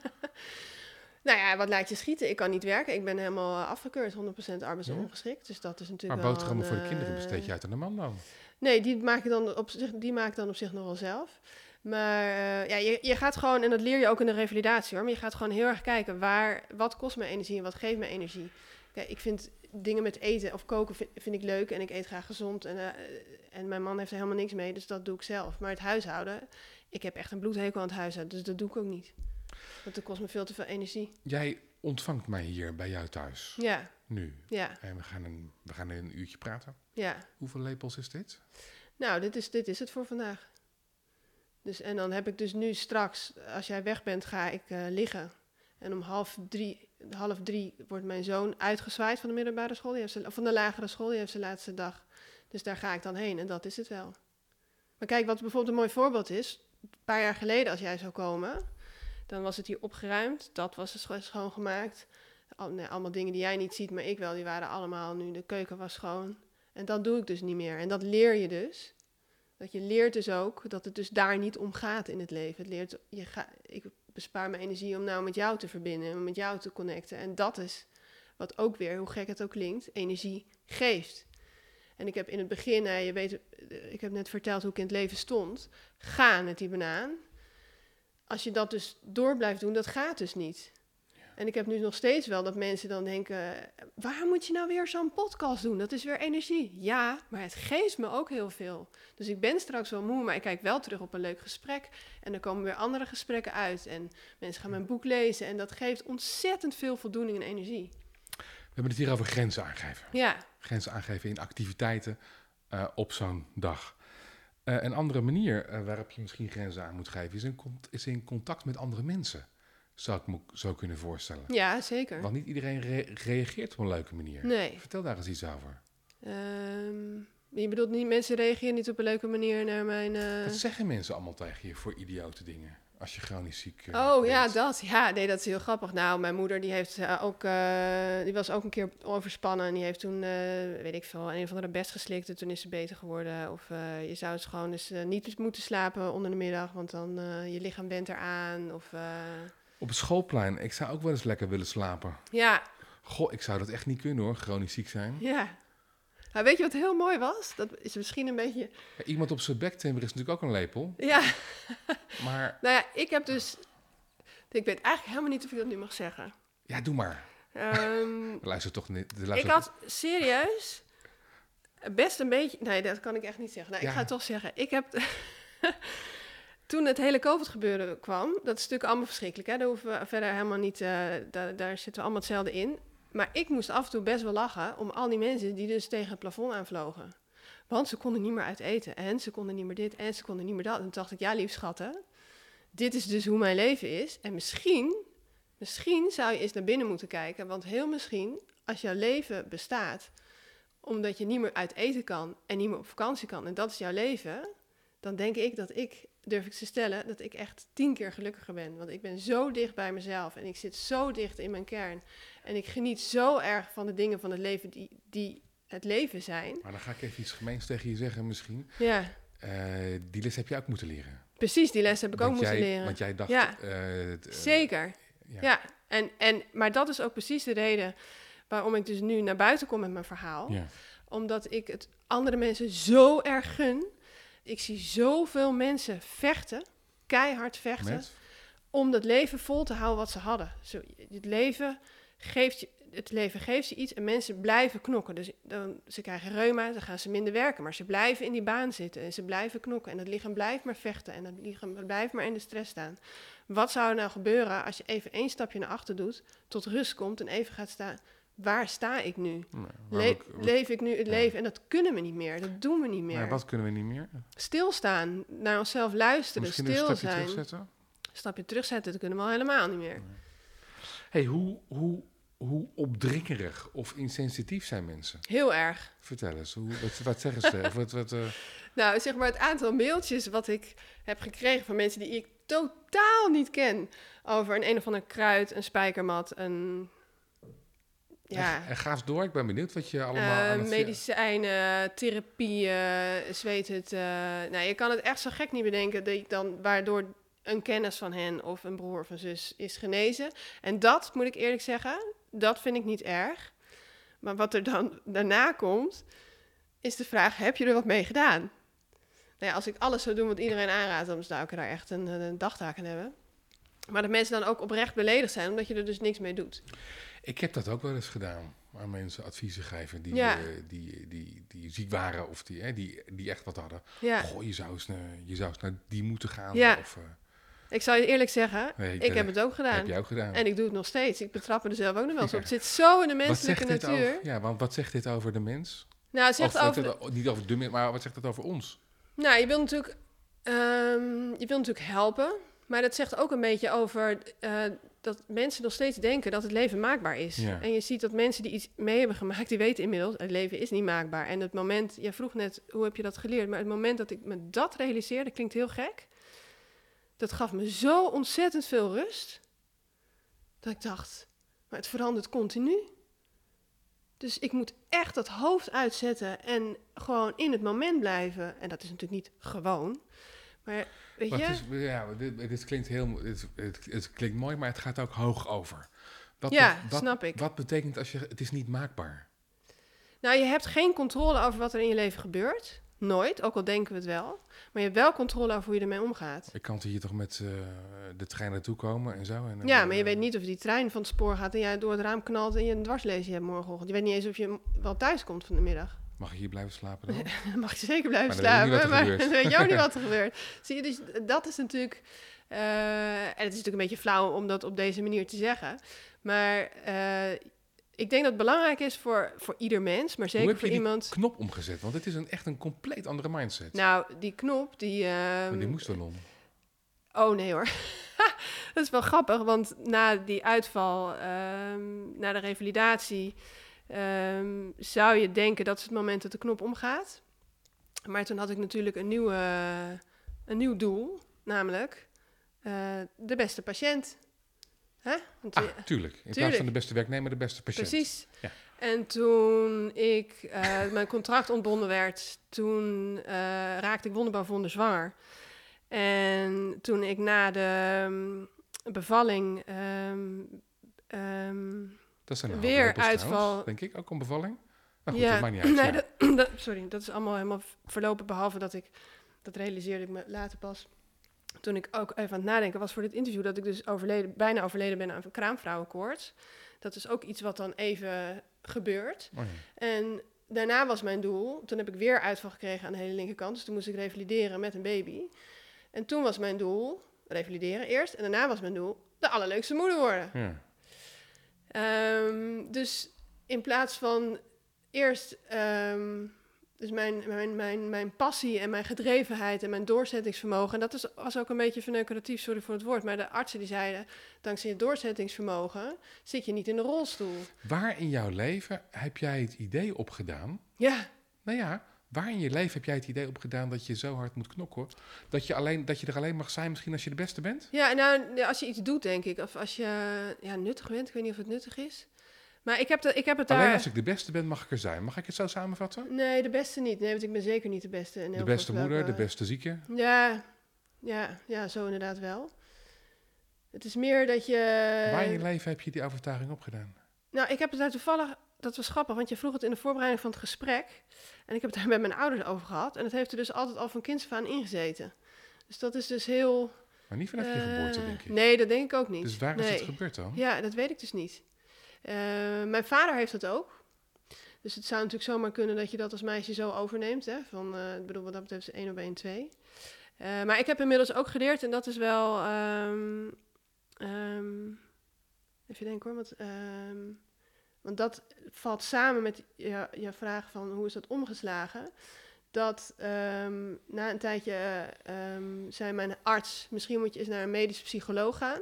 Nou ja, wat laat je schieten? Ik kan niet werken. Ik ben helemaal uh, afgekeurd, honderd procent arbeidsongeschikt. Dus dat is Maar natuurlijk wel boterhammen een, voor de kinderen uh, besteed je uit aan de man dan? Nee, die maak ik dan op zich, die maak ik dan op zich nog wel zelf. Maar uh, ja, je, je gaat gewoon, en dat leer je ook in de revalidatie hoor, maar je gaat gewoon heel erg kijken waar, wat kost me energie en wat geeft me energie. Kijk, ik vind dingen met eten of koken vind, vind ik leuk en ik eet graag gezond. En, uh, en mijn man heeft er helemaal niks mee, dus dat doe ik zelf. Maar het huishouden, ik heb echt een bloedhekel aan het huishouden, dus dat doe ik ook niet. Want dat kost me veel te veel energie. Jij ontvangt mij hier bij jou thuis. Ja, Nu. ja, En we gaan, een, we gaan een uurtje praten. ja. Hoeveel lepels is dit? Nou, dit is, dit is het voor vandaag. Dus, en dan heb ik dus nu straks, als jij weg bent, ga ik uh, liggen. En om half drie, half drie wordt mijn zoon uitgezwaaid van de middelbare school. Die heeft zijn, of van de lagere school, die heeft zijn laatste dag. Dus daar ga ik dan heen en dat is het wel. Maar kijk, wat bijvoorbeeld een mooi voorbeeld is. Een paar jaar geleden als jij zou komen, dan was het hier opgeruimd. Dat was scho- schoongemaakt. Al, nee, allemaal dingen die jij niet ziet, maar ik wel. Die waren allemaal nu, de keuken was schoon. En dat doe ik dus niet meer. En dat leer je dus. Dat je leert dus ook dat het dus daar niet om gaat in het leven. Het leert, je ga, ik bespaar mijn energie om nou met jou te verbinden en met jou te connecten. En dat is wat ook weer, hoe gek het ook klinkt, energie geeft. En ik heb in het begin, hè, je weet, ik heb net verteld hoe ik in het leven stond. Ga met die banaan. Als je dat dus door blijft doen, dat gaat dus niet. En ik heb nu nog steeds wel dat mensen dan denken, waar moet je nou weer zo'n podcast doen? Dat is weer energie. Ja, maar het geeft me ook heel veel. Dus ik ben straks wel moe, maar ik kijk wel terug op een leuk gesprek. En er komen weer andere gesprekken uit. En mensen gaan mijn boek lezen. En dat geeft ontzettend veel voldoening en energie. We hebben het hier over grenzen aangeven. Ja, Grenzen aangeven in activiteiten uh, op zo'n dag. Uh, een andere manier uh, waarop je misschien grenzen aan moet geven... is in, cont- is in contact met andere mensen. Zou ik me zo kunnen voorstellen. ja zeker. Want niet iedereen re- reageert op een leuke manier. Nee. Vertel daar eens iets over. Um, je bedoelt niet, mensen reageren niet op een leuke manier naar mijn... Uh... Wat zeggen mensen allemaal tegen je voor idiote dingen? Als je chronisch ziek uh, Oh bent? ja, dat. Ja, nee, dat is heel grappig. Nou, mijn moeder die heeft uh, ook, uh, die was ook een keer overspannen en die heeft toen, uh, weet ik veel, een of andere best geslikt en toen is ze beter geworden. Of uh, je zou eens gewoon eens uh, niet moeten slapen onder de middag, want dan uh, je lichaam went eraan. Of uh... Op het schoolplein, ik zou ook wel eens lekker willen slapen. ja, Goh, ik zou dat echt niet kunnen hoor, chronisch ziek zijn. ja. Nou, weet je wat heel mooi was? Dat is misschien een beetje... Ja, iemand op zijn bek timmeren is natuurlijk ook een lepel. Ja, Maar nou ja, ik heb dus... Ik weet eigenlijk helemaal niet of ik dat nu mag zeggen. ja, doe maar. Um, Luister toch niet. ik Luister... had serieus best een beetje... Nee, dat kan ik echt niet zeggen. Nou, Ja. ik ga het toch zeggen. Ik heb... Toen het hele COVID-gebeuren kwam, dat is natuurlijk allemaal verschrikkelijk. Hè? Daar hoeven we verder helemaal niet... Uh, daar, daar zitten we allemaal hetzelfde in. Maar ik moest af en toe best wel lachen om al die mensen die dus tegen het plafond aanvlogen. Want ze konden niet meer uit eten. En ze konden niet meer dit en ze konden niet meer dat. En toen dacht ik, ja, lief schatten, dit is dus hoe mijn leven is. En misschien, misschien zou je eens naar binnen moeten kijken. Want heel misschien, als jouw leven bestaat omdat je niet meer uit eten kan en niet meer op vakantie kan. En dat is jouw leven. Dan denk ik dat ik, durf ik te stellen, dat ik echt tien keer gelukkiger ben. Want ik ben zo dicht bij mezelf en ik zit zo dicht in mijn kern. En ik geniet zo erg van de dingen van het leven die, die het leven zijn. Maar dan ga ik even iets gemeens tegen je zeggen misschien. Ja. Uh, die les heb je ook moeten leren. Precies, die les heb ik want ook jij, moeten leren. Want jij dacht... Ja, uh, uh, zeker. Ja, ja. En, en, maar dat is ook precies de reden waarom ik dus nu naar buiten kom met mijn verhaal. Ja. Omdat ik het andere mensen zo erg gun. Ik zie zoveel mensen vechten, keihard vechten, Met? om dat leven vol te houden wat ze hadden. Zo, het, leven geeft je, het leven geeft je iets en mensen blijven knokken. Dus dan, ze krijgen reuma, dan gaan ze minder werken, maar ze blijven in die baan zitten en ze blijven knokken. En dat lichaam blijft maar vechten en dat lichaam blijft maar in de stress staan. Wat zou er nou gebeuren als je even één stapje naar achter doet, tot rust komt en even gaat staan... Waar sta ik nu? Nou, Le- we, we, leef ik nu het ja. leven? En dat kunnen we niet meer. Dat doen we niet meer. Maar wat kunnen we niet meer? Stilstaan, naar onszelf luisteren, Misschien stil een stapje zijn. terugzetten? Een stapje terugzetten, dat kunnen we al helemaal niet meer. Nee. Hey, hoe, hoe, hoe opdringerig of insensitief zijn mensen? Heel erg. Vertel eens, hoe, wat, wat zeggen ze? of wat, wat, uh... Nou, zeg maar het aantal mailtjes wat ik heb gekregen van mensen die ik totaal niet ken. Over een een of ander kruid, een spijkermat, een... Ja. En, en ga eens door, ik ben benieuwd wat je allemaal... Uh, aan het... medicijnen, therapieën, zweet het. Uh, nou, je kan het echt zo gek niet bedenken dat je dan, waardoor een kennis van hen of een broer of een zus is genezen. En dat, moet ik eerlijk zeggen, dat vind ik niet erg. Maar wat er dan daarna komt, is de vraag, heb je er wat mee gedaan? Nou ja, als ik alles zou doen wat iedereen aanraadt, dan zou ik er daar echt een, een dagtaak aan hebben. Maar dat mensen dan ook oprecht beledigd zijn, omdat je er dus niks mee doet. Ik heb dat ook wel eens gedaan. Aan mensen adviezen geven die, ja. uh, die, die, die ziek waren of die, hè, die, die echt wat hadden. Ja. Goh, je zou eens, uh, je zou eens naar die moeten gaan. Ja. Of, uh, ik zal je eerlijk zeggen, nee, ik, ik ben, heb het ook gedaan. Heb jij ook gedaan. En ik doe het nog steeds. Ik betrap me er zelf ook nog wel eens op. Het zit zo in de menselijke wat natuur. Over, ja, want wat zegt dit over de mens? Nou, het zegt of, over... Het, niet over de mens, maar wat zegt het over ons? Nou, je wilt natuurlijk, um, je wilt natuurlijk helpen. Maar dat zegt ook een beetje over uh, dat mensen nog steeds denken dat het leven maakbaar is. Ja. En je ziet dat mensen die iets mee hebben gemaakt, die weten inmiddels, het leven is niet maakbaar. En het moment, jij vroeg net, hoe heb je dat geleerd? Maar het moment dat ik me dat realiseerde, klinkt heel gek. Dat gaf me zo ontzettend veel rust. Dat ik dacht, maar het verandert continu. Dus ik moet echt dat hoofd uitzetten en gewoon in het moment blijven. En dat is natuurlijk niet gewoon. Maar weet maar je... Het is, ja, dit, dit klinkt heel, dit, het, het klinkt mooi, maar het gaat ook hoog over. Wat ja, be, wat, snap ik. Wat betekent als je, het is niet maakbaar? Nou, je hebt geen controle over wat er in je leven gebeurt. Nooit, ook al denken we het wel. Maar je hebt wel controle over hoe je ermee omgaat. Ik kan hier toch met uh, de trein naartoe komen en zo. En, ja, uh, maar je weet niet of die trein van het spoor gaat en jij door het raam knalt en je een dwarslezing hebt morgenochtend. Je weet niet eens of je wel thuis komt van de middag. Mag je hier blijven slapen dan? Dan mag je zeker blijven maar slapen, maar dan weet je ook niet wat er gebeurt. Zie je, dus dat is natuurlijk... Uh, en het is natuurlijk een beetje flauw om dat op deze manier te zeggen. Maar uh, ik denk dat het belangrijk is voor, voor ieder mens, maar zeker voor iemand... Hoe heb je die knop omgezet? Want het is een, echt een compleet andere mindset. Nou, die knop, die... Uh, maar die moest wel om. Oh, nee hoor. Dat is wel grappig, want na die uitval, um, na de revalidatie... Um, zou je denken dat is het moment dat de knop omgaat. Maar toen had ik natuurlijk een, nieuwe, een nieuw doel, namelijk uh, de beste patiënt. Hè? Want, ah, tuurlijk. In tuurlijk. plaats van de beste werknemer, de beste patiënt. Precies. Ja. En toen ik, uh, mijn contract ontbonden werd, toen uh, raakte ik wonderbaar wonder zwanger. En toen ik na de um, bevalling... Um, um, Dat zijn weer uitval. Trouwens, denk ik, ook een bevalling. Nou goed, ja, dat maakt niet uit. Nee, ja. dat, dat, sorry, dat is allemaal helemaal verlopen, behalve dat ik, dat realiseerde ik me later pas. Toen ik ook even aan het nadenken was voor dit interview, dat ik dus overleden, bijna overleden ben aan kraamvrouwenkoorts. Dat is ook iets wat dan even gebeurt. Oh ja. En daarna was mijn doel, toen heb ik weer uitval gekregen aan de hele linkerkant, dus toen moest ik revalideren met een baby. En toen was mijn doel, revalideren eerst, en daarna was mijn doel, de allerleukste moeder worden. Ja. Um, dus in plaats van eerst um, Dus mijn, mijn, mijn, mijn passie en mijn gedrevenheid en mijn doorzettingsvermogen... en dat is, was ook een beetje verneukeratief, sorry voor het woord... maar de artsen die zeiden, dankzij je doorzettingsvermogen... zit je niet in de rolstoel. Waar in jouw leven heb jij het idee opgedaan... Ja. Nou ja, waar in je leven heb jij het idee opgedaan dat je zo hard moet knokken... dat je, alleen, dat je er alleen mag zijn misschien als je de beste bent? Ja, nou, als je iets doet, denk ik. Of als je ja, nuttig bent, ik weet niet of het nuttig is... Maar ik heb, de, ik heb het daar... Alleen als ik de beste ben, mag ik er zijn. Mag ik het zo samenvatten? Nee, de beste niet. Nee, want ik ben zeker niet de beste. In de heel beste veel moeder, welke... de beste zieke? Ja, ja, ja, zo inderdaad wel. Het is meer dat je... Waar in je leven heb je die overtuiging opgedaan? Nou, ik heb het daar toevallig... Dat was grappig, want je vroeg het in de voorbereiding van het gesprek. En ik heb het daar met mijn ouders over gehad. En het heeft er dus altijd al van kinds af aan ingezeten. Dus dat is dus heel... Maar niet vanaf je uh, geboorte, denk ik. Nee, dat denk ik ook niet. Dus waar nee. is het gebeurd dan? Ja, dat weet ik dus niet. Uh, mijn vader heeft dat ook. Dus het zou natuurlijk zomaar kunnen dat je dat als meisje zo overneemt. Hè? Van, uh, ik bedoel, wat dat betreft is één op één, twee. Uh, maar ik heb inmiddels ook geleerd, en dat is wel... Um, um, even denken hoor, want, um, want dat valt samen met je, je vraag van hoe is dat omgeslagen. Dat um, na een tijdje uh, um, zei mijn arts, misschien moet je eens naar een medisch psycholoog gaan.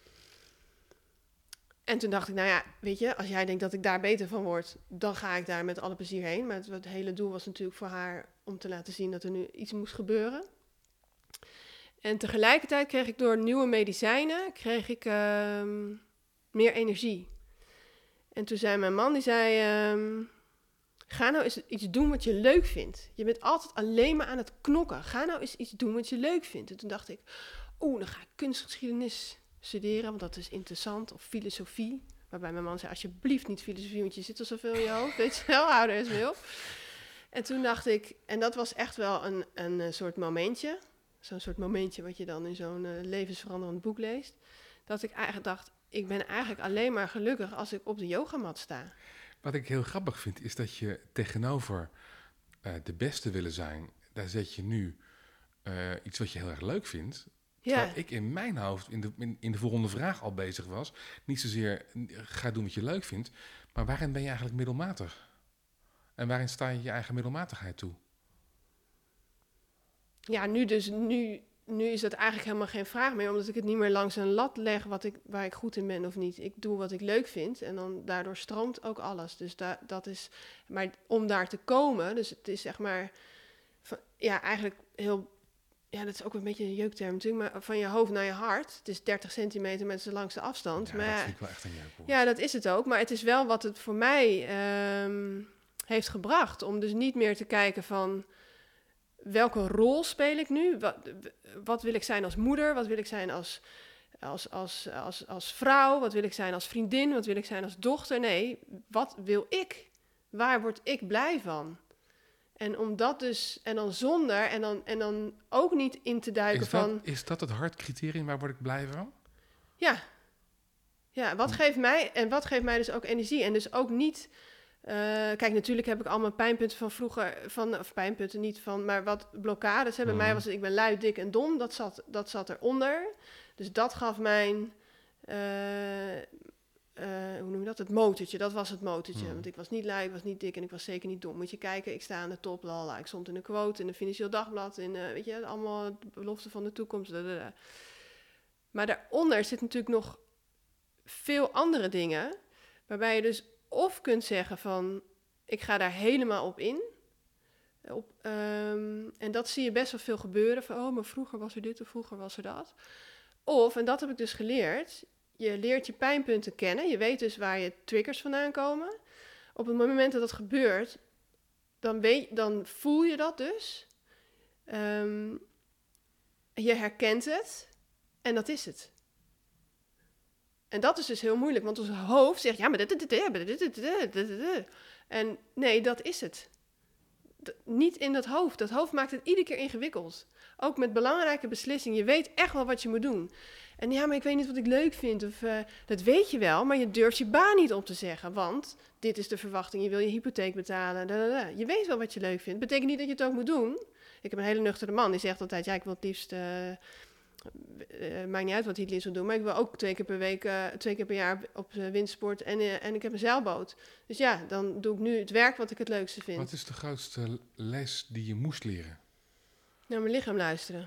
En toen dacht ik, nou ja, weet je, als jij denkt dat ik daar beter van word, dan ga ik daar met alle plezier heen. Maar het, het hele doel was natuurlijk voor haar om te laten zien dat er nu iets moest gebeuren. En tegelijkertijd kreeg ik door nieuwe medicijnen, kreeg ik uh, meer energie. En toen zei mijn man, die zei, uh, ga nou eens iets doen wat je leuk vindt. Je bent altijd alleen maar aan het knokken. Ga nou eens iets doen wat je leuk vindt. En toen dacht ik, oeh, dan ga ik kunstgeschiedenis studeren, want dat is interessant, of filosofie. Waarbij mijn man zei, alsjeblieft niet filosofie, want je zit al zoveel in je hoofd, weet je wel, hou er eens mee op. En toen dacht ik, en dat was echt wel een, een, een soort momentje, zo'n soort momentje wat je dan in zo'n uh, levensveranderend boek leest, dat ik eigenlijk dacht, ik ben eigenlijk alleen maar gelukkig als ik op de yogamat sta. Wat ik heel grappig vind, is dat je tegenover uh, de beste willen zijn, daar zet je nu uh, iets wat je heel erg leuk vindt. Terwijl ja. ik in mijn hoofd in de, in, in de volgende vraag al bezig was. Niet zozeer ga doen wat je leuk vindt, maar waarin ben je eigenlijk middelmatig? En waarin sta je je eigen middelmatigheid toe? Ja, nu dus, nu, nu is dat eigenlijk helemaal geen vraag meer, omdat ik het niet meer langs een lat leg wat ik, waar ik goed in ben of niet. Ik doe wat ik leuk vind en dan daardoor stroomt ook alles. Dus da, dat is, maar om daar te komen, dus het is zeg maar, van, ja, eigenlijk heel... Ja, dat is ook een beetje een jeukterm natuurlijk, maar van je hoofd naar je hart. Het is dertig centimeter met de langste afstand. Ja, maar dat vind ik wel echt een jeukwoord. Ja, dat is het ook. Maar het is wel wat het voor mij um, heeft gebracht. Om dus niet meer te kijken van welke rol speel ik nu? Wat, wat wil ik zijn als moeder? Wat wil ik zijn als, als, als, als, als vrouw? Wat wil ik zijn als vriendin? Wat wil ik zijn als dochter? Nee, wat wil ik? Waar word ik blij van? En om dat dus, en dan zonder, en dan, en dan ook niet in te duiken is dat, van... Is dat het hartcriterium, waar word ik blij van? Ja. Ja, wat geeft mij, en wat geeft mij dus ook energie? En dus ook niet... Uh, kijk, natuurlijk heb ik allemaal pijnpunten van vroeger, van, of pijnpunten niet van, maar wat blokkades. Hè. Bij mm. mij was het, ik ben lui, dik en dom, dat zat, dat zat eronder. Dus dat gaf mijn... Uh, Uh, hoe noem je dat? Het motortje, dat was het motortje. Mm. Want ik was niet lui, ik was niet dik en ik was zeker niet dom. Moet je kijken, ik sta aan de top, lala. Ik stond in een quote, in een Financieel Dagblad, in, uh, weet je, allemaal beloften van de toekomst. Dadada. Maar daaronder zit natuurlijk nog veel andere dingen, waarbij je dus of kunt zeggen van, ik ga daar helemaal op in. Op, um, en dat zie je best wel veel gebeuren, van, oh, maar vroeger was er dit of vroeger was er dat. Of, en dat heb ik dus geleerd... Je leert je pijnpunten kennen. Je weet dus waar je triggers vandaan komen. Op het moment dat dat gebeurt, dan, weet, dan voel je dat dus. Um, je herkent het. En dat is het. En dat is dus heel moeilijk. Want ons hoofd zegt, ja, maar dit, dit, dit, dit, dit, dit, dit, dit. En nee, dat is het. D- niet in dat hoofd. Dat hoofd maakt het iedere keer ingewikkeld. Ook met belangrijke beslissingen. Je weet echt wel wat je moet doen. En ja, maar ik weet niet wat ik leuk vind. Of, uh, dat weet je wel, maar je durft je baan niet op te zeggen. Want dit is de verwachting, je wil je hypotheek betalen. Dadada. Je weet wel wat je leuk vindt. Betekent niet dat je het ook moet doen. Ik heb een hele nuchtere man, die zegt altijd... ja, ik wil het liefst uh, uh, maakt niet uit wat Hitler wil doen, maar ik wil ook twee keer per week, uh, twee keer per jaar op uh, windsport en, uh, en ik heb een zeilboot. Dus ja, dan doe ik nu het werk wat ik het leukste vind. Wat is de grootste les die je moest leren? Naar mijn lichaam luisteren.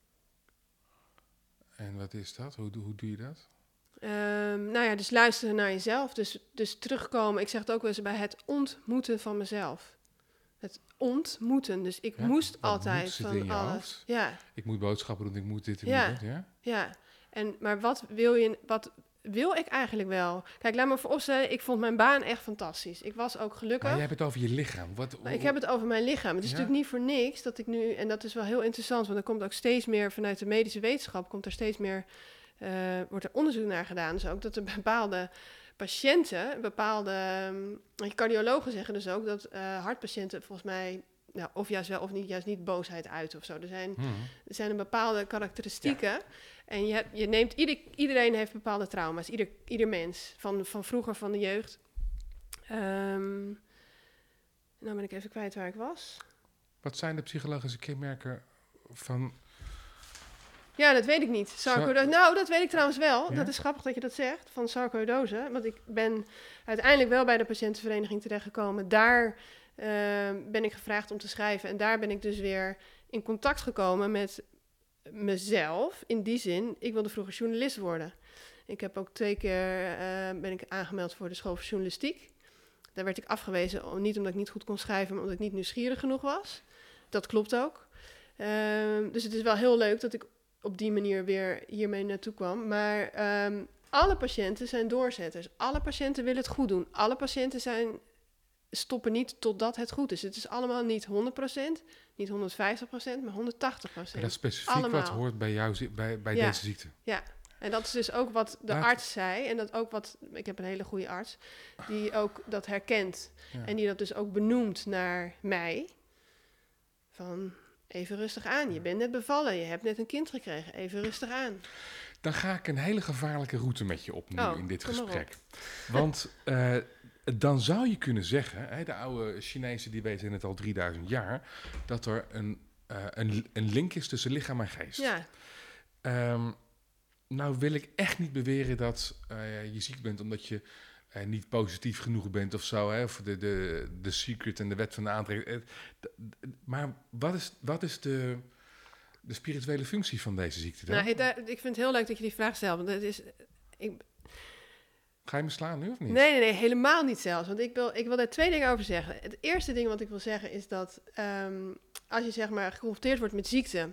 En wat is dat? Hoe, hoe doe je dat? Um, nou ja, dus luisteren naar jezelf. Dus, dus terugkomen, ik zeg het ook wel eens bij het ontmoeten van mezelf. Het ontmoeten. Dus ik ja, moest altijd van alles. Hoofd. Ja. Ik moet boodschappen doen, ik moet dit en ja. moet dat. Ja, ja. En, maar wat wil je, wat wil ik eigenlijk wel? Kijk, laat me vooropstellen, ik vond mijn baan echt fantastisch. Ik was ook gelukkig. Maar jij hebt het over je lichaam. Wat, ik heb het over mijn lichaam. Het is ja. natuurlijk niet voor niks dat ik nu, en dat is wel heel interessant, want er komt ook steeds meer vanuit de medische wetenschap, komt er steeds meer, uh, wordt er onderzoek naar gedaan. Dus ook dat er bepaalde patiënten, bepaalde um, cardiologen zeggen dus ook dat uh, hartpatiënten volgens mij, nou, of juist wel of niet, juist niet boosheid uit of zo. Er zijn, hmm. er zijn een bepaalde karakteristieken. Ja. En je, je neemt, ieder, iedereen heeft bepaalde trauma's, ieder, ieder mens, van, van vroeger, van de jeugd. Um, nou ben ik even kwijt waar ik was. Wat zijn de psychologische kenmerken van... Ja, dat weet ik niet. Sarcoïdose. Nou, dat weet ik trouwens wel. Ja? Dat is grappig dat je dat zegt, van sarcoïdose. Want ik ben uiteindelijk wel bij de patiëntenvereniging terechtgekomen. Daar uh, ben ik gevraagd om te schrijven. En daar ben ik dus weer in contact gekomen met mezelf. In die zin, ik wilde vroeger journalist worden. Ik heb ook twee keer uh, ben ik aangemeld voor de school voor journalistiek. Daar werd ik afgewezen, niet omdat ik niet goed kon schrijven, maar omdat ik niet nieuwsgierig genoeg was. Dat klopt ook. Uh, dus het is wel heel leuk dat ik op die manier weer hiermee naartoe kwam. Maar um, alle patiënten zijn doorzetters. Alle patiënten willen het goed doen. Alle patiënten zijn, stoppen niet totdat het goed is. Het is allemaal niet honderd procent, niet honderdvijftig procent, maar honderdtachtig procent. En dat is specifiek allemaal. Wat hoort bij, jou, bij, bij ja. deze ziekte. Ja, en dat is dus ook wat de Laat... arts zei. En dat ook wat, ik heb een hele goede arts, die ook dat herkent. Ja. En die dat dus ook benoemt naar mij. Van... Even rustig aan, je bent net bevallen, je hebt net een kind gekregen, even rustig aan. Dan ga ik een hele gevaarlijke route met je op nu oh, in dit gesprek. Want uh, dan zou je kunnen zeggen, hè, de oude Chinezen die weten het al drieduizend jaar, dat er een, uh, een, een link is tussen lichaam en geest. Ja. Um, nou wil ik echt niet beweren dat uh, je ziek bent omdat je uh, niet positief genoeg bent of zo, hè, of de, de, de secret en de wet van de aantrekking. Maar wat is, wat is de, de spirituele functie van deze ziekte dan? Nou, ik, daar, ik vind het heel leuk dat je die vraag stelt. Want het is, ik... Ga je me slaan nu of niet? Nee, nee, nee, helemaal niet zelfs. Want ik wil, ik wil daar twee dingen over zeggen. Het eerste ding wat ik wil zeggen is dat um, als je zeg maar geconfronteerd wordt met ziekte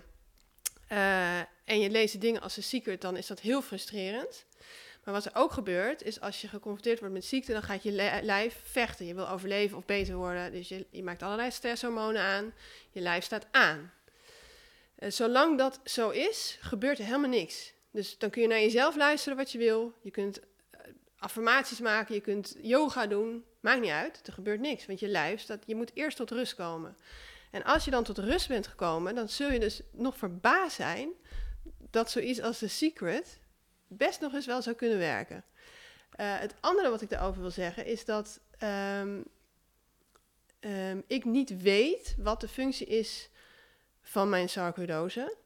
uh, en je leest dingen als een secret, dan is dat heel frustrerend. Maar wat er ook gebeurt, is als je geconfronteerd wordt met ziekte, dan gaat je li- lijf vechten. Je wil overleven of beter worden. Dus je, je maakt allerlei stresshormonen aan. Je lijf staat aan. Uh, zolang dat zo is, gebeurt er helemaal niks. Dus dan kun je naar jezelf luisteren wat je wil. Je kunt uh, affirmaties maken, je kunt yoga doen. Maakt niet uit, er gebeurt niks. Want je lijf staat, je moet eerst tot rust komen. En als je dan tot rust bent gekomen, dan zul je dus nog verbaasd zijn dat zoiets als The Secret best nog eens wel zou kunnen werken. Uh, het andere wat ik daarover wil zeggen is dat um, um, ik niet weet wat de functie is van mijn sarcoïdose.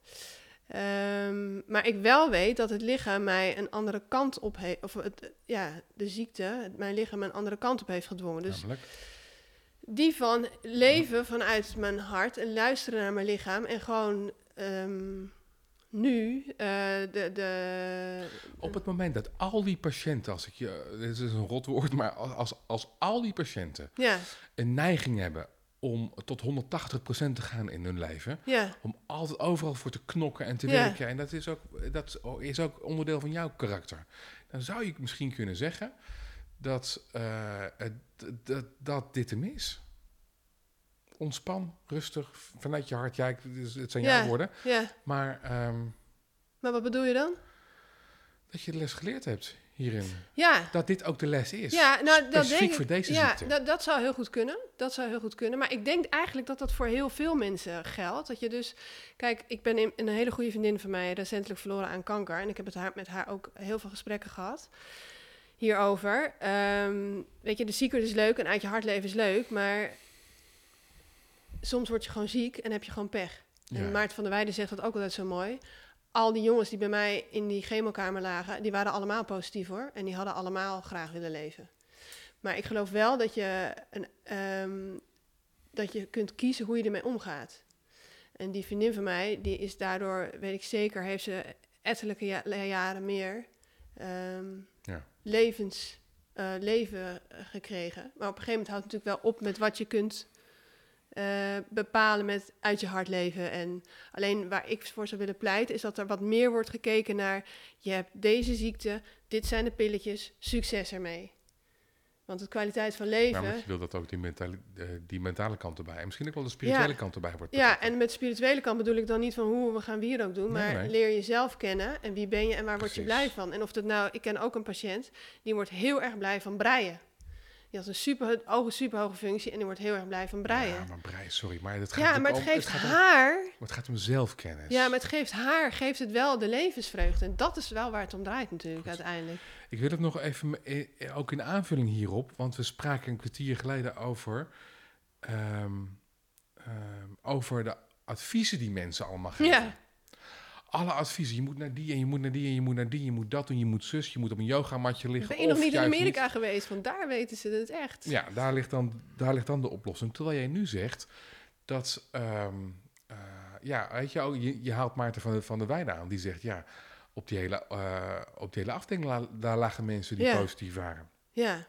Um, maar ik wel weet dat het lichaam mij een andere kant op heeft, of het, ja, de ziekte, het, mijn lichaam een andere kant op heeft gedwongen. Dus Namelijk? Die van leven vanuit mijn hart en luisteren naar mijn lichaam en gewoon um, nu uh, de, de... Op het moment dat al die patiënten, als ik je, dit is een rot woord, maar als, als al die patiënten ja. een neiging hebben om tot honderdtachtig procent te gaan in hun leven, ja. om altijd overal voor te knokken en te ja. werken, en dat is, ook, dat is ook onderdeel van jouw karakter, dan zou je misschien kunnen zeggen dat, uh, dat, dat dit hem is. Ontspan, rustig, vanuit je hart. Ja, ik, het zijn ja, jouw woorden. Ja. Maar, um, maar wat bedoel je dan? Dat je de les geleerd hebt hierin. Ja. Dat dit ook de les is. Ja, nou, dat specifiek denk ik, voor deze ja, ziekte. Dat, dat zou heel goed kunnen. Dat zou heel goed kunnen. Maar ik denk eigenlijk dat dat voor heel veel mensen geldt. Dat je dus... Kijk, ik ben in, een hele goede vriendin van mij recentelijk verloren aan kanker. En ik heb het haar, met haar ook heel veel gesprekken gehad hierover. Um, weet je, de secret is leuk en uit je hart leven is leuk. Maar soms word je gewoon ziek en heb je gewoon pech. Ja. En Maarten van der Weijden zegt dat ook altijd zo mooi. al die jongens die bij mij in die chemokamer lagen, die waren allemaal positief hoor. En die hadden allemaal graag willen leven. Maar ik geloof wel dat je, een, um, dat je kunt kiezen hoe je ermee omgaat. En die vriendin van mij, die is daardoor, weet ik zeker, heeft ze ettelijke ja- jaren meer um, ja. levens, uh, leven gekregen. Maar op een gegeven moment houdt het natuurlijk wel op met wat je kunt uh, bepalen met uit je hart leven. En alleen waar ik voor zou willen pleiten, is dat er wat meer wordt gekeken naar, je hebt deze ziekte, dit zijn de pilletjes, succes ermee. Want de kwaliteit van leven... Maar je wil dat ook die mentale, die mentale kant erbij. En misschien ook wel de spirituele ja. kant erbij wordt betrokken. Ja, en met spirituele kant bedoel ik dan niet van hoe we gaan wierook doen. Nee, maar nee. leer jezelf kennen en wie ben je en waar Precies. word je blij van. En of dat nou... Ik ken ook een patiënt, die wordt heel erg blij van breien. Die had een super, ogen superhoge functie en die wordt heel erg blij van breien. Ja, maar breien, sorry. Maar het gaat ja, maar het om, geeft het haar... Om, maar het gaat om zelfkennis. Ja, maar het geeft haar, geeft het wel de levensvreugde. En dat is wel waar het om draait natuurlijk Goed. uiteindelijk. Ik wil het nog even, ook in aanvulling hierop, want we spraken een kwartier geleden over, um, um, over de adviezen die mensen allemaal geven. Ja. Alle adviezen, je moet naar die en je moet naar die en je moet naar die, je moet dat doen, je moet zus, je moet op een yogamatje liggen. Ben je of nog niet in Amerika niet. geweest, want daar weten ze het echt. Ja, daar ligt dan, daar ligt dan de oplossing. Terwijl jij nu zegt dat, um, uh, ja, weet je, je, je haalt Maarten van de, van de Weijden aan, die zegt, ja, op die hele, uh, op die hele afdeling, la, daar lagen mensen die ja. positief waren. Ja.